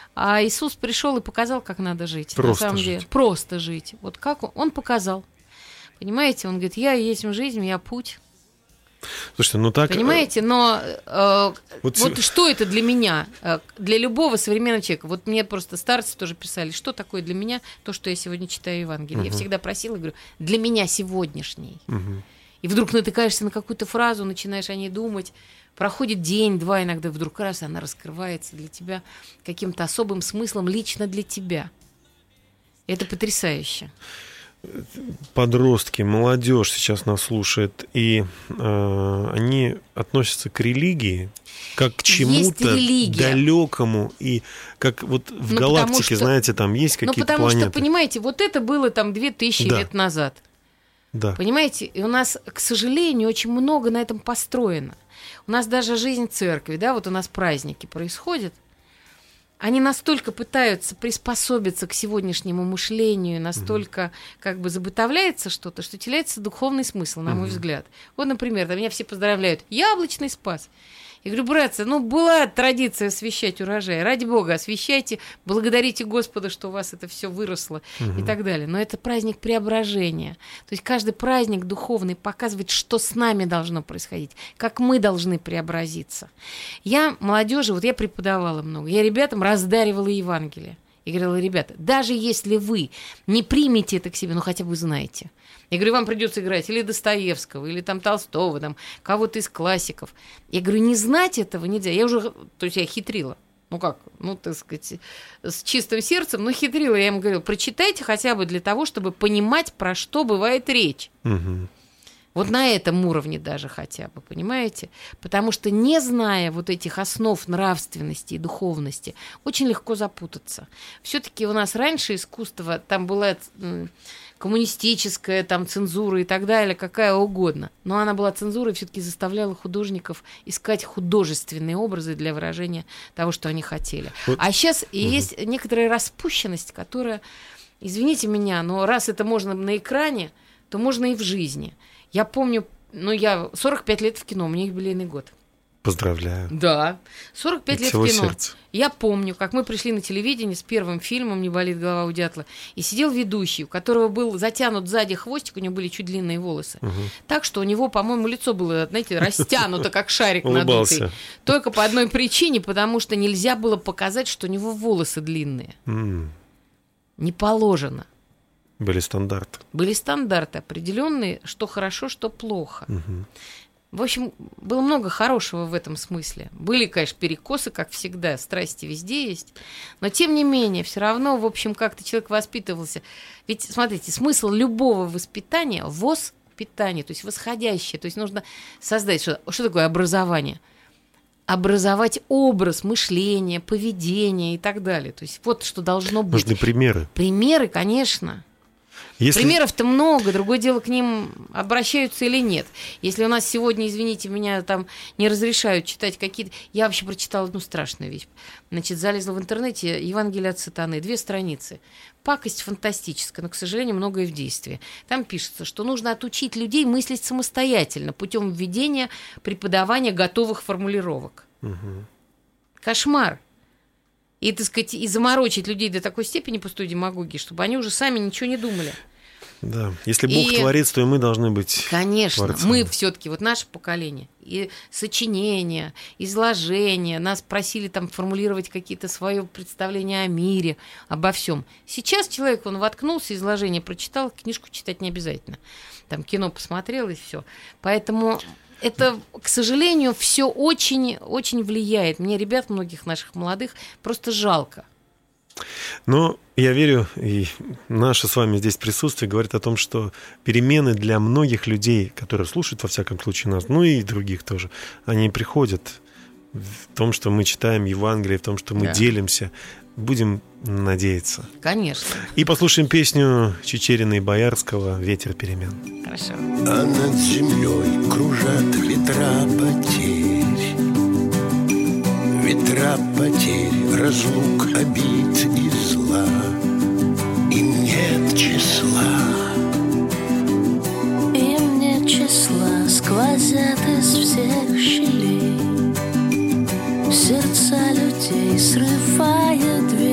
А Иисус пришел и показал, как надо жить. Просто на самом жить. деле. Просто жить. Вот как он, он показал. Понимаете, он говорит, я есть жизнь, я путь. Слушайте, ну так... Понимаете, но э, Вот вот, с- что это для меня, э, для любого современного человека? Вот мне просто старцы тоже писали, что такое для меня то, что я сегодня читаю Евангелие. Я всегда просила, говорю, для меня сегодняшний. Мгм. И вдруг натыкаешься на какую-то фразу, начинаешь о ней думать. Проходит день, два, иногда вдруг раз, она раскрывается для тебя каким-то особым смыслом лично для тебя. Это потрясающе. Подростки, молодежь сейчас нас слушает, и э, они относятся к религии как к чему-то религия. далекому, и как вот в Ну, потому галактике, что- знаете, там есть Ну, какие-то потому планеты. что, понимаете, вот это было там две тысячи Да. лет назад. Да. Понимаете, и у нас, к сожалению, очень много на этом построено. У нас даже жизнь церкви, да, вот у нас праздники происходят. Они настолько пытаются приспособиться к сегодняшнему мышлению, настолько как бы забытовляется что-то, что теряется духовный смысл, на мой взгляд. Вот, например, там меня все поздравляют. Яблочный спас. Я говорю, братцы, ну была традиция освещать урожай. Ради Бога, освещайте, благодарите Господа, что у вас это все выросло и так далее. Но это праздник преображения. То есть каждый праздник духовный показывает, что с нами должно происходить, как мы должны преобразиться. Я молодежи, вот я преподавала много, я ребятам раздаривала Евангелие. И говорила, ребята, даже если вы не примете это к себе, ну хотя бы знаете. Я говорю, вам придется играть или Достоевского, или там Толстого, там кого-то из классиков. Я говорю, не знать этого нельзя. Я уже, то есть я хитрила. Ну как, ну, так сказать, с чистым сердцем, но хитрила. Я им говорила, прочитайте хотя бы для того, чтобы понимать, про что бывает речь. Мгм. Вот на этом уровне даже хотя бы, понимаете? Потому что не зная вот этих основ нравственности и духовности, очень легко запутаться. Все-таки у нас раньше искусство, там была м, коммунистическая там, цензура и так далее, какая угодно. Но она была цензурой, все-таки заставляла художников искать художественные образы для выражения того, что они хотели. Вот. А сейчас и есть некоторая распущенность, которая, извините меня, но раз это можно на экране, то можно и в жизни. Я помню, ну, я сорок пять лет в кино, у меня юбилейный год. Поздравляю. Да. сорок пять От лет всего в кино. сердца. Я помню, как мы пришли на телевидение с первым фильмом «Не болит голова у дятла», и сидел ведущий, у которого был затянут сзади хвостик, у него были чуть длинные волосы. Так что у него, по-моему, лицо было, знаете, растянуто, как шарик Улыбался. надутый. Только по одной причине, потому что нельзя было показать, что у него волосы длинные. М, Не положено. Были стандарты. Были стандарты определенные, что хорошо, что плохо. В общем, было много хорошего в этом смысле. Были, конечно, перекосы, как всегда, страсти везде есть. Но, тем не менее, все равно, в общем, как-то человек воспитывался. Ведь, смотрите, смысл любого воспитания – воспитание, то есть восходящее. То есть нужно создать, что, что такое образование? Образовать образ мышления, поведения и так далее. То есть вот что должно быть. Нужны примеры. Примеры, конечно. Если... Примеров-то много, другое дело, к ним обращаются или нет. Если у нас сегодня, извините меня, там не разрешают читать какие-то... Я вообще прочитала одну страшную вещь. Значит, залезла в интернете «Евангелие от сатаны», две страницы. Пакость фантастическая, но, к сожалению, многое в действии. Там пишется, что нужно отучить людей мыслить самостоятельно путем введения преподавания готовых формулировок. Мгм. Кошмар. И, так сказать, и заморочить людей до такой степени пустой демагогии, чтобы они уже сами ничего не думали. Да. Если Бог И- творец, то и мы должны быть Конечно, творцами. мы все-таки, вот наше поколение, и сочинения, изложения, нас просили там формулировать какие-то свое представление о мире, обо всем. Сейчас человек, он воткнулся, изложение прочитал, книжку читать не обязательно. Там кино посмотрел и все. Поэтому это, к сожалению, все очень, очень влияет. Мне ребят многих наших молодых просто жалко. Но я верю, и наше с вами здесь присутствие говорит о том, что перемены для многих людей, которые слушают, во всяком случае, нас, ну и других тоже, они приходят в том, что мы читаем Евангелие, в том, что мы Да. делимся. Будем надеяться. Конечно. И послушаем песню Чичерина и Боярского «Ветер перемен». Хорошо. А над землей кружат ветра потерь, ветра потерь, разлук, обид и зла. Им нет числа. Им нет числа, сквозят из всех щелей сердца людей, срывая дверь.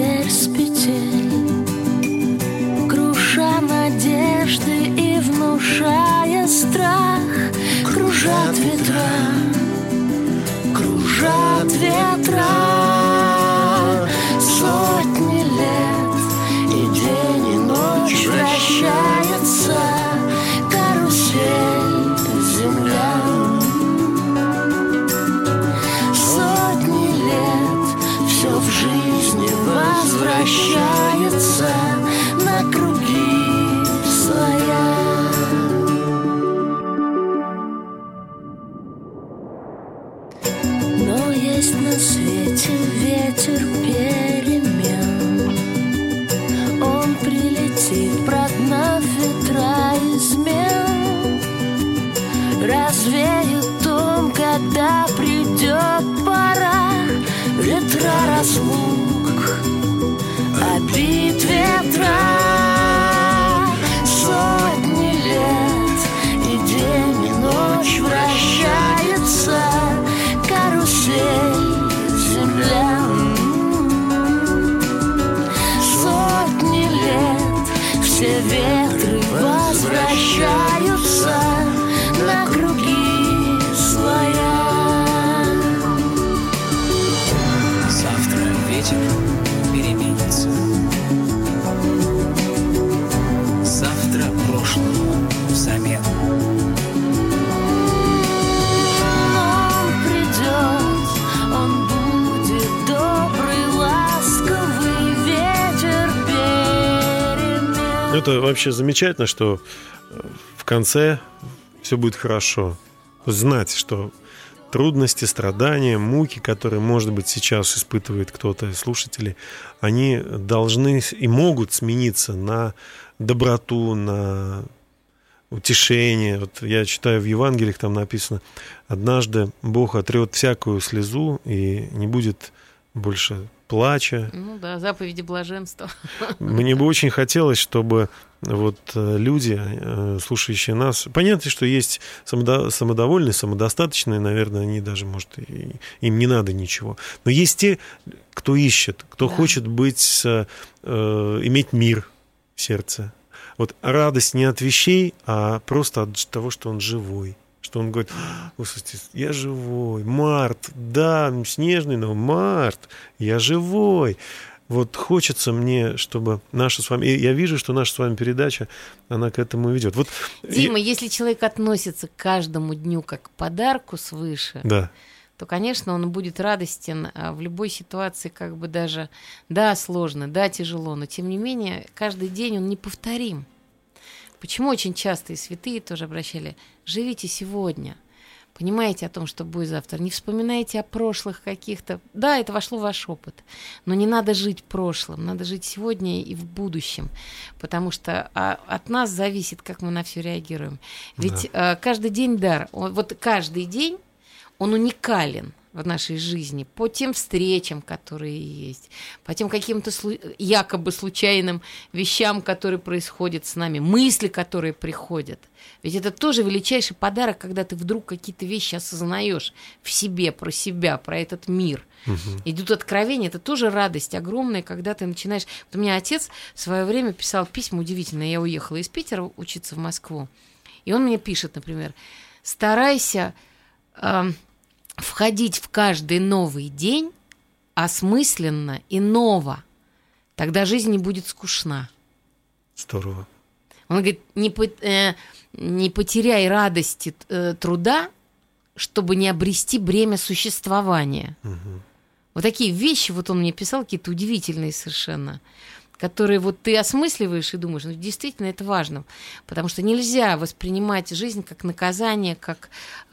кружат ветра, кружат ветра. Сотни лет, и день, и ночь вращается карусель земля. Сотни лет, все в жизни возвращается на круги своя. Но есть на свете ветер перемен. Он прилетит, прогнав ветра измен. Развеет он, когда придет пора. Ветра разлук, обид ветра. Сотни лет, и день, и ночь вращается карусель земля. Сотни лет, все ветры возвращаются на круги своя. Завтра ветер переменится. Завтра прошлого взамен. Он придет, он будет добрый, ласковый ветер перемен. Это вообще замечательно, что в конце все будет хорошо. Знать, что трудности, страдания, муки, которые, может быть, сейчас испытывает кто-то из слушателей, они должны и могут смениться на доброту, на утешение. Вот я читаю в Евангелиях, там написано: однажды Бог отрет всякую слезу, и не будет больше плача. Ну да, заповеди блаженства. Мне бы очень хотелось, чтобы вот люди, слушающие нас, понятно, что есть самодовольные, самодостаточные, наверное, они даже, может, и, им не надо ничего. Но есть те, кто ищет, кто да. хочет быть, э, иметь мир в сердце. Вот радость не от вещей, а просто от того, что он живой. Что он говорит: слушайте, я живой, март, да, снежный, но март, я живой. Вот хочется мне, чтобы наша с вами... Я вижу, что наша с вами передача, она к этому ведет. Вот... Дима, я... если человек относится к каждому дню как к подарку свыше, да. то, конечно, он будет радостен в любой ситуации, как бы даже, да, сложно, да, тяжело, но, тем не менее, каждый день он неповторим. Почему очень часто и святые тоже обращали: живите сегодня, понимаете о том, что будет завтра, не вспоминайте о прошлых каких-то. Да, это вошло в ваш опыт, но не надо жить прошлым, надо жить сегодня и в будущем, потому что от нас зависит, как мы на все реагируем. Ведь да. каждый день дар, вот каждый день он уникален в нашей жизни по тем встречам, которые есть, по тем каким-то слу- якобы случайным вещам, которые происходят с нами, мысли, которые приходят. Ведь это тоже величайший подарок, когда ты вдруг какие-то вещи осознаешь в себе, про себя, про этот мир. Угу. Идут откровения, это тоже радость огромная, когда ты начинаешь... Вот у меня отец в свое время писал письма удивительные. Я уехала из Питера учиться в Москву, и он мне пишет, например: старайся... Э- входить в каждый новый день осмысленно и ново. Тогда жизнь не будет скучна. Здорово. Он говорит: не, по, э, не потеряй радости э, труда, чтобы не обрести бремя существования. Угу. Вот такие вещи, вот он мне писал, какие-то удивительные совершенно, которые вот ты осмысливаешь и думаешь: ну, действительно, это важно. Потому что нельзя воспринимать жизнь как наказание, как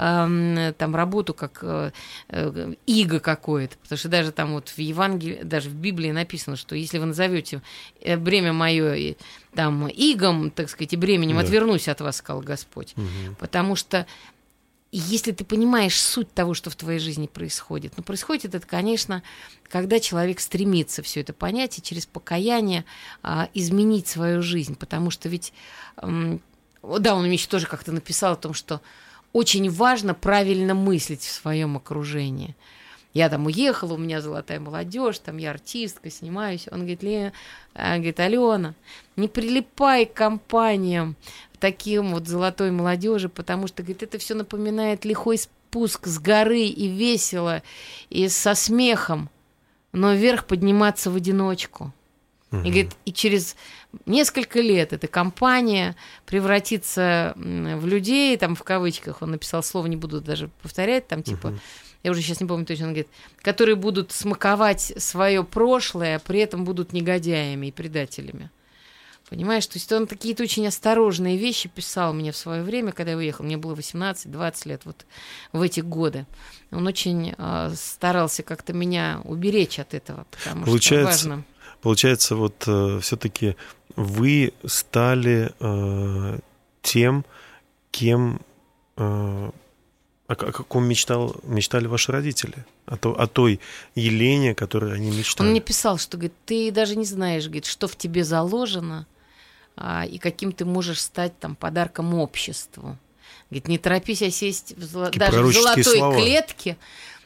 э, там, работу, как э, э, иго какое-то. Потому что даже там вот в Евангелии, даже в Библии написано, что если вы назовете бремя мое там игом, так сказать, и бременем, да. отвернусь от вас, сказал Господь. Угу. Потому что если ты понимаешь суть того, что в твоей жизни происходит, ну, происходит это, конечно, когда человек стремится все это понять и через покаяние а, изменить свою жизнь, потому что ведь, м, да, он мне еще тоже как-то написал о том, что очень важно правильно мыслить в своем окружении. Я там уехала, у меня золотая молодежь, там я артистка, снимаюсь. Он говорит: Лена, говорит, Алена, не прилипай к компаниям таким вот золотой молодежи, потому что, говорит, это все напоминает лихой спуск с горы, и весело, и со смехом, но вверх подниматься в одиночку. И, говорит, и через несколько лет эта компания превратится в людей, там в кавычках, он написал слово, не буду даже повторять, там типа, uh-huh. я уже сейчас не помню точно, он говорит, которые будут смаковать свое прошлое, а при этом будут негодяями и предателями. Понимаешь, то есть он какие-то очень осторожные вещи писал мне в свое время, когда я уехал, мне было восемнадцать-двадцать лет, вот в эти годы. Он очень э, старался как-то меня уберечь от этого, потому Получается... что важно... Получается, вот э, все-таки вы стали э, тем, кем, э, о, о каком мечтал, мечтали ваши родители, о, то, о той Елене, которой они мечтали. Он мне писал, что, говорит, ты даже не знаешь, говорит, что в тебе заложено, а, и каким ты можешь стать там подарком обществу. Говорит, не торопись осесть в золо... даже в золотой слова. клетке.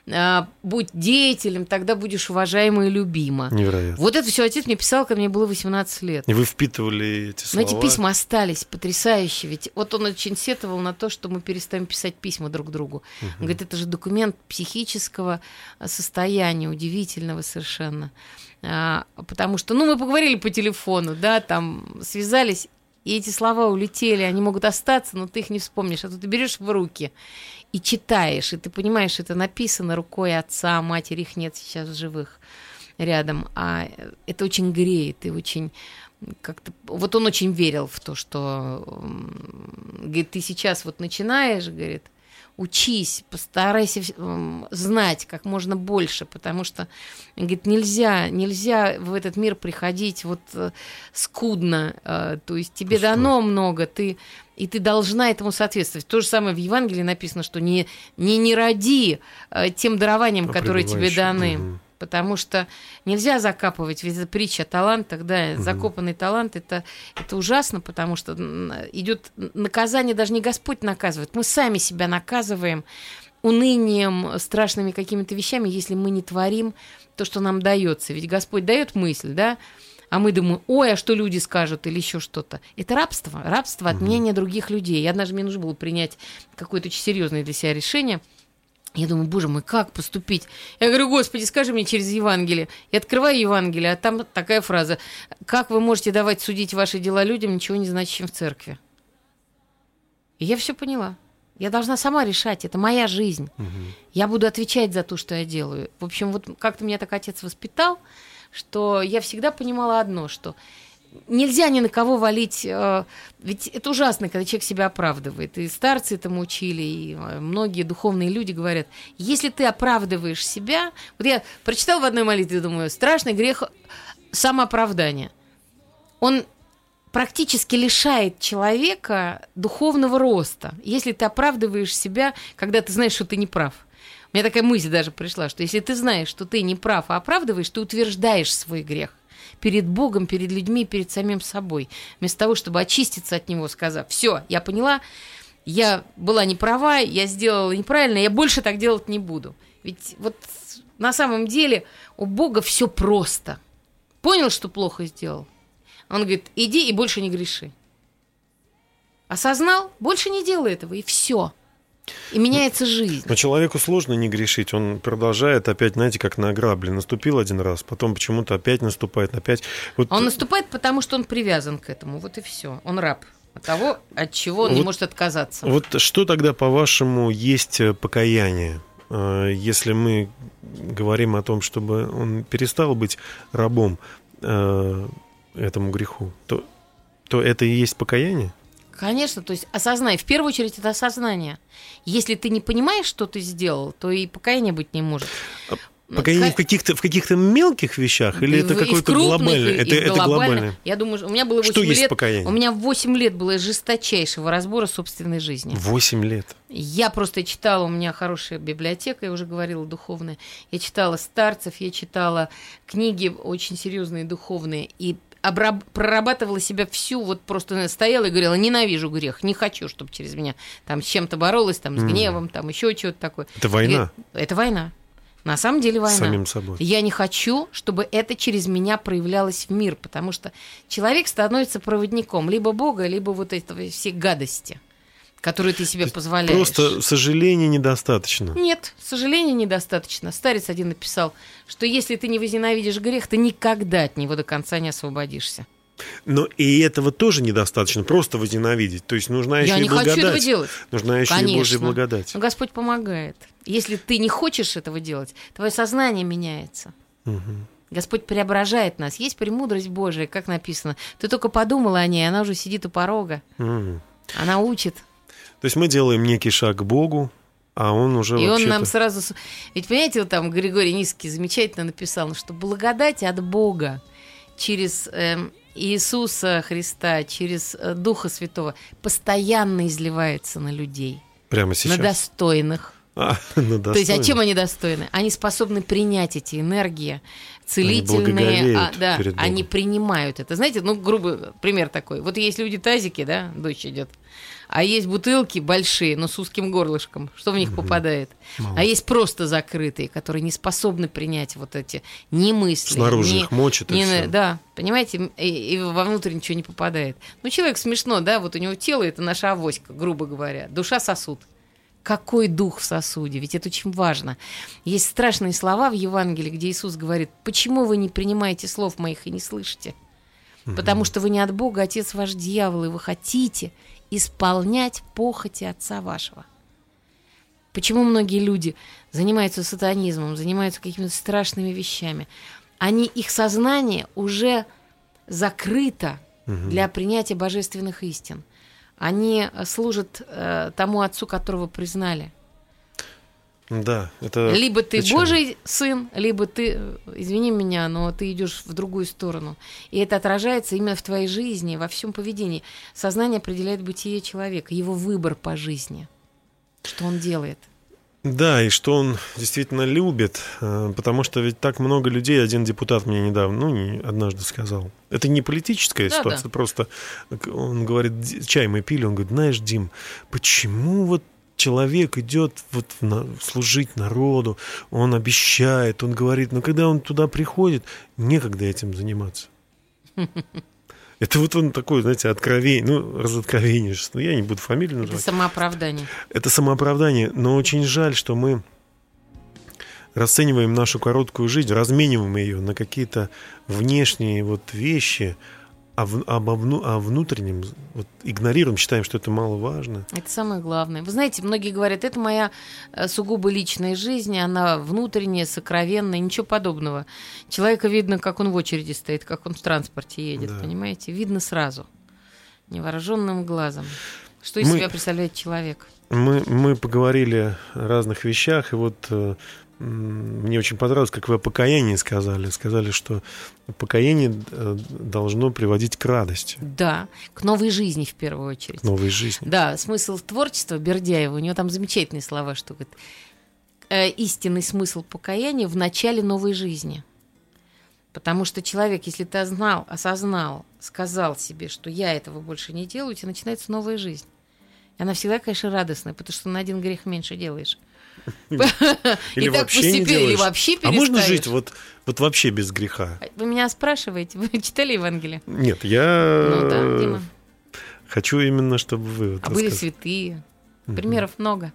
Будь деятелем, тогда будешь уважаема и любима. Невероятно. Вот это все отец мне писал, когда мне было восемнадцать лет. И вы впитывали эти слова? Но эти письма остались потрясающие. Ведь вот он очень сетовал на то, что мы перестаем писать письма друг другу. Угу. Он говорит, это же документ психического состояния, удивительного совершенно. А, потому что, ну, мы поговорили по телефону, да, там связались, и эти слова улетели, они могут остаться, но ты их не вспомнишь. А тут ты берешь в руки и читаешь, и ты понимаешь, это написано рукой отца, матери, их нет сейчас в живых рядом. А это очень греет, и очень как-то... Вот он очень верил в то, что... Говорит, ты сейчас вот начинаешь, говорит, учись, постарайся знать как можно больше, потому что, говорит, нельзя, нельзя в этот мир приходить вот скудно, то есть тебе Пустой. дано много, ты, и ты должна этому соответствовать. То же самое в Евангелии написано, что не, не, не роди тем дарованием, которые тебе даны. Угу. Потому что нельзя закапывать, ведь это притча о талантах, да, угу. закопанный талант, это, это ужасно, потому что идет наказание, даже не Господь наказывает, мы сами себя наказываем унынием, страшными какими-то вещами, если мы не творим то, что нам дается. Ведь Господь дает мысль, да, а мы думаем, ой, а что люди скажут или еще что-то. Это рабство, рабство от угу. мнения других людей. И однажды мне нужно было принять какое-то очень серьезное для себя решение. Я думаю, боже мой, как поступить? Я говорю, Господи, скажи мне через Евангелие. Я открываю Евангелие, а там такая фраза. Как вы можете давать судить ваши дела людям, ничего не значащим в церкви? И я все поняла. Я должна сама решать, это моя жизнь. Угу. Я буду отвечать за то, что я делаю. В общем, вот как-то меня так отец воспитал, что я всегда понимала одно, что... Нельзя ни на кого валить, ведь это ужасно, когда человек себя оправдывает. И старцы этому учили, и многие духовные люди говорят, если ты оправдываешь себя... Вот я прочитала в одной молитве, думаю, страшный грех самооправдания. Он практически лишает человека духовного роста, если ты оправдываешь себя, когда ты знаешь, что ты не прав. У меня такая мысль даже пришла, что если ты знаешь, что ты не прав, а оправдываешь, ты утверждаешь свой грех. Перед Богом, перед людьми, перед самим собой. Вместо того, чтобы очиститься от него, сказав, все, я поняла, я была не права, я сделала неправильно, я больше так делать не буду. Ведь вот на самом деле у Бога все просто. Понял, что плохо сделал? Он говорит, иди и больше не греши. Осознал, больше не делай этого, и все. И меняется жизнь. Но человеку сложно не грешить. Он продолжает опять, знаете, как на грабли. Наступил один раз, потом почему-то опять наступает, опять. Вот... Он наступает, потому что он привязан к этому. Вот и все. Он раб от того, от чего он вот, не может отказаться. Вот что тогда, по-вашему, есть покаяние? Если мы говорим о том, чтобы он перестал быть рабом этому греху, то, то это и есть покаяние? Конечно, то есть осознай, в первую очередь это осознание. Если ты не понимаешь, что ты сделал, то и покаяния быть не может. Покаяние в каких-то, в каких-то мелких вещах или и это какое-то глобальное? Это, это глобальное. Я думаю, у меня было восемь что есть лет. Покаяние? У меня восемь лет было жесточайшего разбора собственной жизни. восемь лет. Я просто читала, у меня хорошая библиотека, я уже говорила, духовная. Я читала старцев, я читала книги очень серьезные духовные и Обраб- прорабатывала себя всю, вот просто стояла и говорила, ненавижу грех, не хочу, чтобы через меня там с чем-то боролась, там, с гневом, там еще что-то такое. Это война? И, это война. На самом деле война. С самим собой. Я не хочу, чтобы это через меня проявлялось в мир, потому что человек становится проводником либо Бога, либо вот этого всей гадости, которую ты себе позволяешь. Просто сожаления недостаточно. Нет, сожаления недостаточно. Старец один написал, что если ты не возненавидишь грех, ты никогда от него до конца не освободишься. Но и этого тоже недостаточно, просто возненавидеть. То есть нужна еще Я и не благодать. хочу этого делать. Нужна еще Конечно. и Божья благодать. Но Господь помогает. Если ты не хочешь этого делать, твое сознание меняется. Угу. Господь преображает нас. Есть премудрость Божия, как написано. Ты только подумала о ней, она уже сидит у порога. Угу. Она учит. То есть мы делаем некий шаг к Богу, а Он уже И вообще-то... Он нам сразу... Ведь, понимаете, вот там Григорий Низкий замечательно написал, что благодать от Бога через э, Иисуса Христа, через э, Духа Святого постоянно изливается на людей. Прямо сейчас? На достойных. А, на То есть, а чем они достойны? Они способны принять эти энергии целительные, а, да, они принимают это. Знаете, ну, грубый пример такой. Вот есть люди тазики, да, дождь идет, а есть бутылки большие, но с узким горлышком. Что в них угу. попадает? Мало. А есть просто закрытые, которые не способны принять вот эти ни мысли. Снаружи ни, их мочит, ни, и всё. Да, понимаете, и, и вовнутрь ничего не попадает. Ну, человек смешно, да, вот у него тело — это наша авоська, грубо говоря. Душа — сосуд. Какой дух в сосуде? Ведь это очень важно. Есть страшные слова в Евангелии, где Иисус говорит: почему вы не принимаете слов моих и не слышите? Угу. Потому что вы не от Бога, отец ваш дьявол, и вы хотите исполнять похоти отца вашего. Почему многие люди занимаются сатанизмом, занимаются какими-то страшными вещами? Они, их сознание уже закрыто угу. для принятия божественных истин. Они служат э, тому отцу, которого признали. Да, это... Либо ты Зачем? Божий сын, либо ты, извини меня, но ты идешь в другую сторону. И это отражается именно в твоей жизни, во всем поведении. Сознание определяет бытие человека, его выбор по жизни, что он делает. Да, и что он действительно любит, потому что ведь так много людей, один депутат мне недавно, ну, не, однажды сказал, это не политическая да, ситуация, да. просто он говорит, чай мы пили, он говорит, знаешь, Дим, почему вот человек идет вот на, служить народу, он обещает, он говорит, но когда он туда приходит, некогда этим заниматься. Это вот он такой, знаете, откровение, ну, разоткровенничество. Я не буду фамилию называть. Это самооправдание. Это самооправдание, но очень жаль, что мы расцениваем нашу короткую жизнь, размениваем ее на какие-то внешние вот вещи, а, в, а, вну, а внутреннем вот, игнорируем, считаем, что это маловажно. Это самое главное. Вы знаете, многие говорят, это моя сугубо личная жизнь, она внутренняя, сокровенная, ничего подобного. Человека видно, как он в очереди стоит, как он в транспорте едет, да. Понимаете? Видно сразу, невооруженным глазом, что из мы, себя представляет человек. Мы, мы поговорили о разных вещах, и вот... Мне очень понравилось, как вы о покаянии сказали. Сказали, что покаяние должно приводить к радости. Да, к новой жизни в первую очередь. К новой жизни. Да, смысл творчества Бердяева, у него там замечательные слова, что говорит, э, истинный смысл покаяния в начале новой жизни. Потому что человек, если ты знал, осознал, сказал себе, что я этого больше не делаю, у тебя начинается новая жизнь. И она всегда, конечно, радостная, потому что на один грех меньше делаешь. Или вообще не делаешь. Или вообще перестаешь. А можно жить вот, вот вообще без греха? Вы меня спрашиваете, вы читали Евангелие? Нет, я ну, да, Дима. Хочу именно, чтобы вы вот А были святые. Примеров угу. много.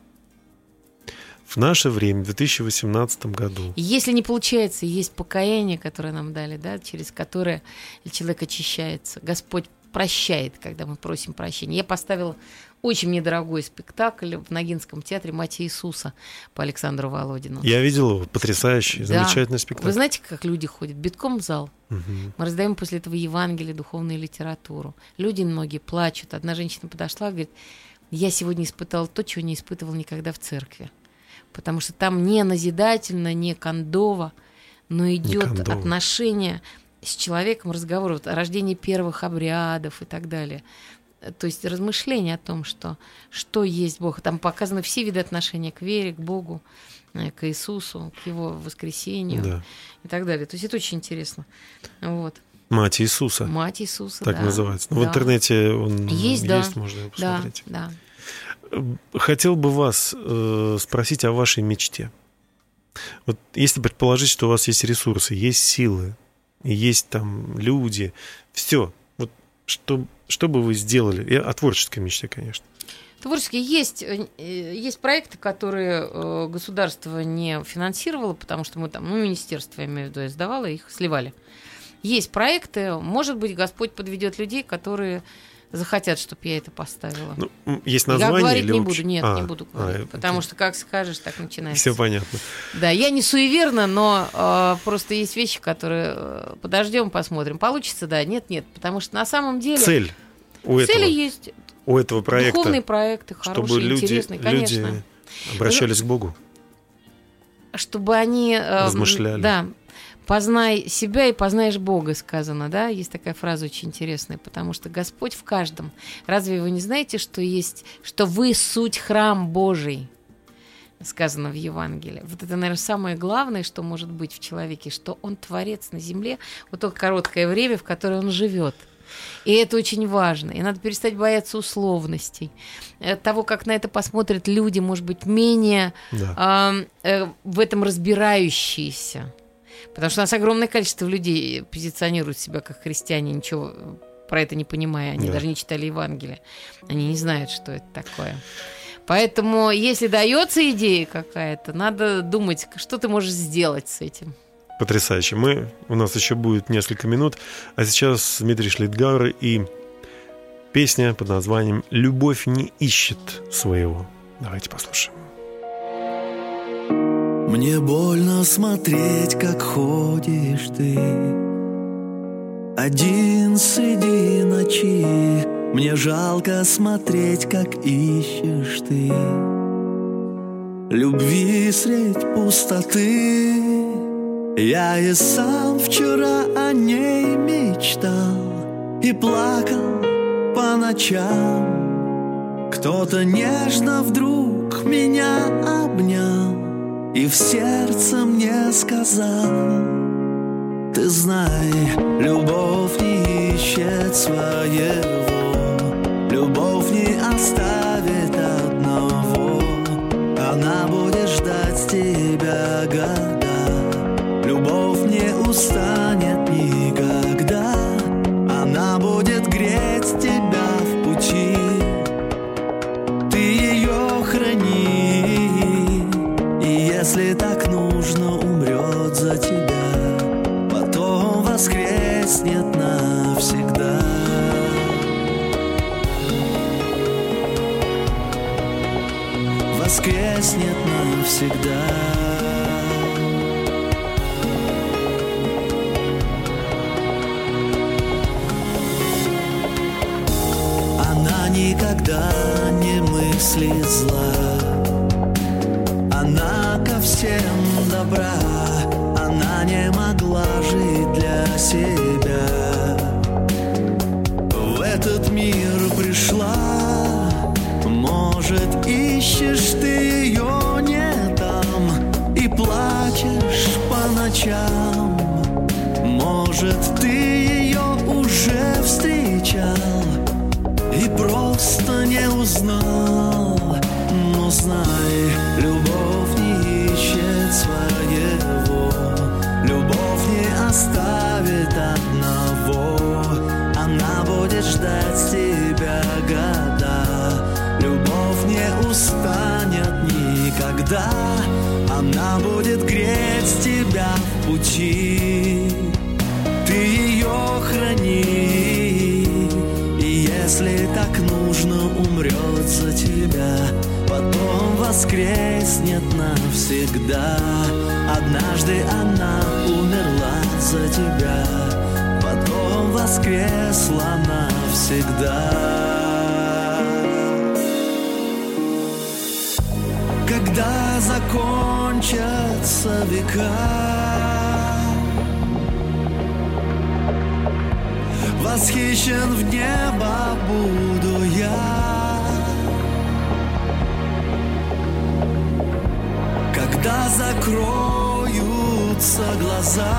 В наше время, в две тысячи восемнадцатом году. Если не получается, есть покаяние, которое нам дали, да, через которое человек очищается. Господь прощает, когда мы просим прощения. Я поставила очень недорогой спектакль в Ногинском театре «Мать Иисуса» по Александру Володину. Я видел его, потрясающий, да. замечательный спектакль. Вы знаете, как люди ходят? Битком в зал. Угу. Мы раздаем после этого Евангелие, духовную литературу. Люди многие плачут. Одна женщина подошла и говорит, я сегодня испытала то, чего не испытывала никогда в церкви. Потому что там не назидательно, не кондово, но идет отношение с человеком, разговор вот, о рождении первых обрядов и так далее. То есть размышления о том, что, что есть Бог. Там показаны все виды отношения к вере, к Богу, к Иисусу, к Его воскресению да. и так далее. То есть это очень интересно. Вот. Мать Иисуса. Мать Иисуса, так да. называется. Ну, да. В интернете он есть, есть да. можно его посмотреть. Да, да. Хотел бы вас э, спросить о вашей мечте. Вот если предположить, что у вас есть ресурсы, есть силы, есть там люди, все, вот что, что бы вы сделали? Я о творческой мечте, конечно. Творческие есть, есть проекты, которые государство не финансировало, потому что мы там, ну, министерство, я имею в виду, сдавало, их сливали. Есть проекты, может быть, Господь подведет людей, которые захотят, чтобы я это поставила. Ну, есть название? Я говорить или не лучше? буду, нет, а, не буду говорить, а, потому что как скажешь, так начинается. Все понятно. Да, я не суеверна, но э, просто есть вещи, которые э, подождем, посмотрим. Получится, да, нет, нет, потому что на самом деле... Цель у этого. Цели есть. У этого проекта. Духовные проекты, хорошие, чтобы люди, интересные, конечно. люди обращались ну, к Богу. Чтобы они... Э, размышляли. Да. «Познай себя и познаешь Бога», сказано, да? Есть такая фраза очень интересная, потому что Господь в каждом. Разве вы не знаете, что есть, что вы суть храм Божий? Сказано в Евангелии. Вот это, наверное, самое главное, что может быть в человеке, что он творец на земле, вот то короткое время, в которое он живет. И это очень важно. И надо перестать бояться условностей. От того, как на это посмотрят люди, может быть, менее да. э, э, в этом разбирающиеся. Потому что у нас огромное количество людей позиционируют себя как христиане, ничего про это не понимая. Они да. даже не читали Евангелие. Они не знают, что это такое. Поэтому, если дается идея какая-то, надо думать, что ты можешь сделать с этим. Потрясающе. Мы, у нас еще будет несколько минут. А сейчас Дмитрий Шлейдгауэр и песня под названием «Любовь не ищет своего». Давайте послушаем. Мне больно смотреть, как ходишь ты один среди ночи. Мне жалко смотреть, как ищешь ты любви средь пустоты. Я и сам вчера о ней мечтал и плакал по ночам. Кто-то нежно вдруг меня обнял и в сердце мне сказал: ты знай, любовь не ищет своего, любовь не оставит одного, она будет ждать тебя года. Любовь не устанет никогда, она будет греть тебя в пути. Ты ее храни, если так нужно, умрет за тебя, потом воскреснет навсегда. Воскреснет навсегда. Она никогда не мыслит зла, она ко всем добра, она не могла жить для себя. В этот мир пришла, может, ищешь ты ее не там и плачешь по ночам. Может, ты ее уже встречал и просто не узнал. Но знай, любовь не ищет своего, любовь не оставит одного, она будет ждать тебя года. Любовь не устанет никогда, она будет греть тебя в пути. Ты ее храни, и если так нужно, умрет за тебя, потом воскреснет навсегда. Однажды она умерла за тебя, потом воскресла навсегда. Когда закончатся века, восхищен в небо буду я. Когда закроются глаза,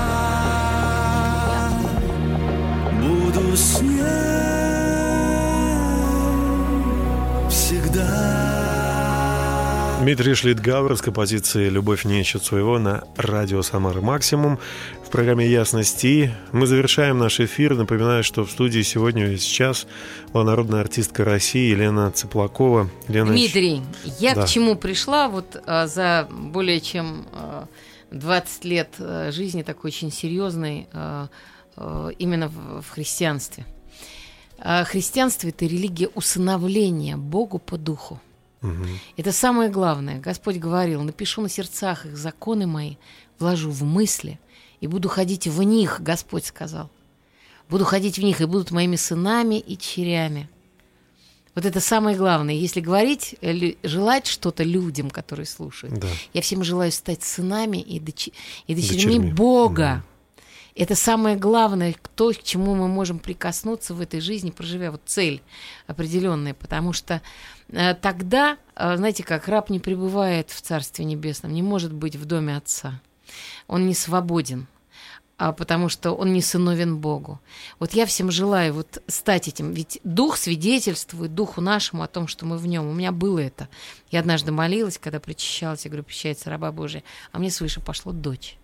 буду с ней всегда. Дмитрий Шлитгауэр с композицией «Любовь не ищет своего» на радио «Самара Максимум» в программе «Ясности». Мы завершаем наш эфир. Напоминаю, что в студии сегодня и сейчас была народная артистка России Елена Цыплакова. Елена... Дмитрий, я да. к чему пришла вот а, за более чем а, двадцать лет а, жизни такой очень серьезной а, а, именно в, в христианстве. А, христианство – это религия усыновления Богу по духу. Это самое главное. Господь говорил: напишу на сердцах их законы мои, вложу в мысли и буду ходить в них, Господь сказал. Буду ходить в них, и будут моими сынами и дочерями. Вот это самое главное. Если говорить, желать что-то людям, которые слушают, да. я всем желаю стать сынами и, доч... и дочерьми, дочерьми Бога. Mm. Это самое главное, то, к чему мы можем прикоснуться в этой жизни, проживя вот цель определенная, потому что э, тогда, э, знаете, как раб не пребывает в Царстве Небесном, не может быть в доме Отца, он не свободен, а потому что он не сыновен Богу. Вот я всем желаю вот стать этим, ведь Дух свидетельствует Духу нашему о том, что мы в нем. У меня было это. Я однажды молилась, когда причащалась, я говорю: причащается раба Божия, а мне свыше пошло дочь.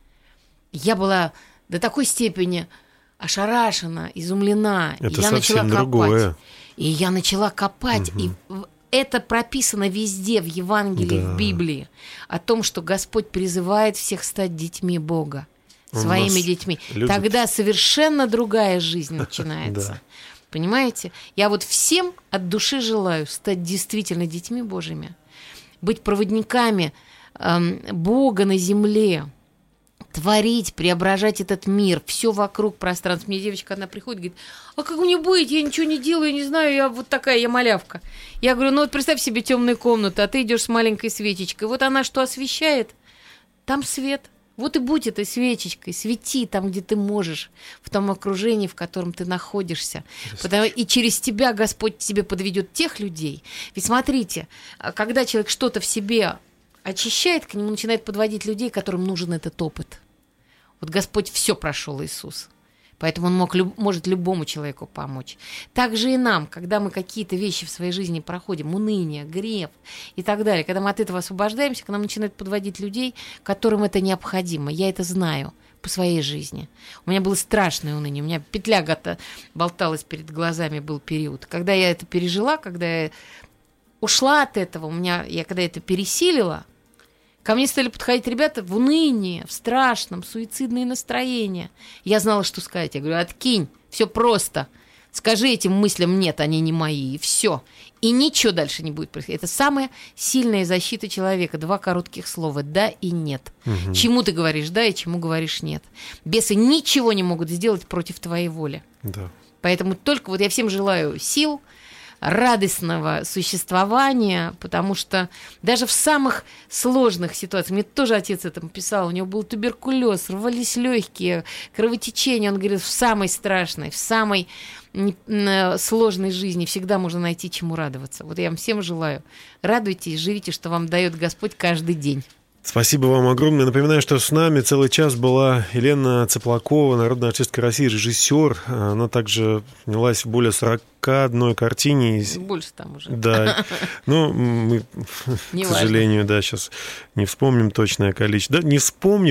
Я была до такой степени ошарашена, изумлена. Это я совсем начала другое. Копать. И я начала копать. Угу. И это прописано везде, в Евангелии, да. в Библии, о том, что Господь призывает всех стать детьми Бога, Он своими детьми. Любит. Тогда совершенно другая жизнь начинается. Да. Понимаете? Я вот всем от души желаю стать действительно детьми Божьими, быть проводниками эм, Бога на земле, творить, преображать этот мир, все вокруг пространства. Мне девочка одна приходит, говорит: а как мне быть? Я ничего не делаю, не знаю, я вот такая, я малявка. Я говорю: ну вот представь себе темную комнату, а ты идешь с маленькой свечечкой. Вот она что освещает? Там свет. Вот и будь этой свечечкой, свети там, где ты можешь, в том окружении, в котором ты находишься. Потому, и через тебя Господь тебе подведет тех людей. Ведь смотрите, когда человек что-то в себе очищает, к нему начинает подводить людей, которым нужен этот опыт. Вот Господь все прошел, Иисус. Поэтому Он мог, может любому человеку помочь. Так же и нам, когда мы какие-то вещи в своей жизни проходим, уныние, гнев и так далее, когда мы от этого освобождаемся, к нам начинают подводить людей, которым это необходимо. Я это знаю по своей жизни. У меня было страшное уныние, у меня петля гата болталась перед глазами, был период. Когда я это пережила, когда я ушла от этого, у меня, я когда это пересилила, ко мне стали подходить ребята в унынии, в страшном, суицидные настроения. Я знала, что сказать. Я говорю: откинь, все просто. Скажи этим мыслям нет, они не мои, и все. И ничего дальше не будет происходить. Это самая сильная защита человека. Два коротких слова: да и нет. Угу. Чему ты говоришь да и чему говоришь нет. Бесы ничего не могут сделать против твоей воли. Да. Поэтому только вот я всем желаю сил, радостного существования, потому что даже в самых сложных ситуациях, мне тоже отец это писал, у него был туберкулез, рвались легкие, кровотечение, он говорит, в самой страшной, в самой сложной жизни всегда можно найти чему радоваться. Вот я вам всем желаю, радуйтесь, живите, что вам дает Господь каждый день. Спасибо вам огромное. Напоминаю, что с нами целый час была Елена Цыплакова, народная артистка России, режиссер. Она также снялась в более сорока одной картине. Больше там уже. Да. Ну, мы, к сожалению, да, сейчас не вспомним точное количество. Да, не вспомним.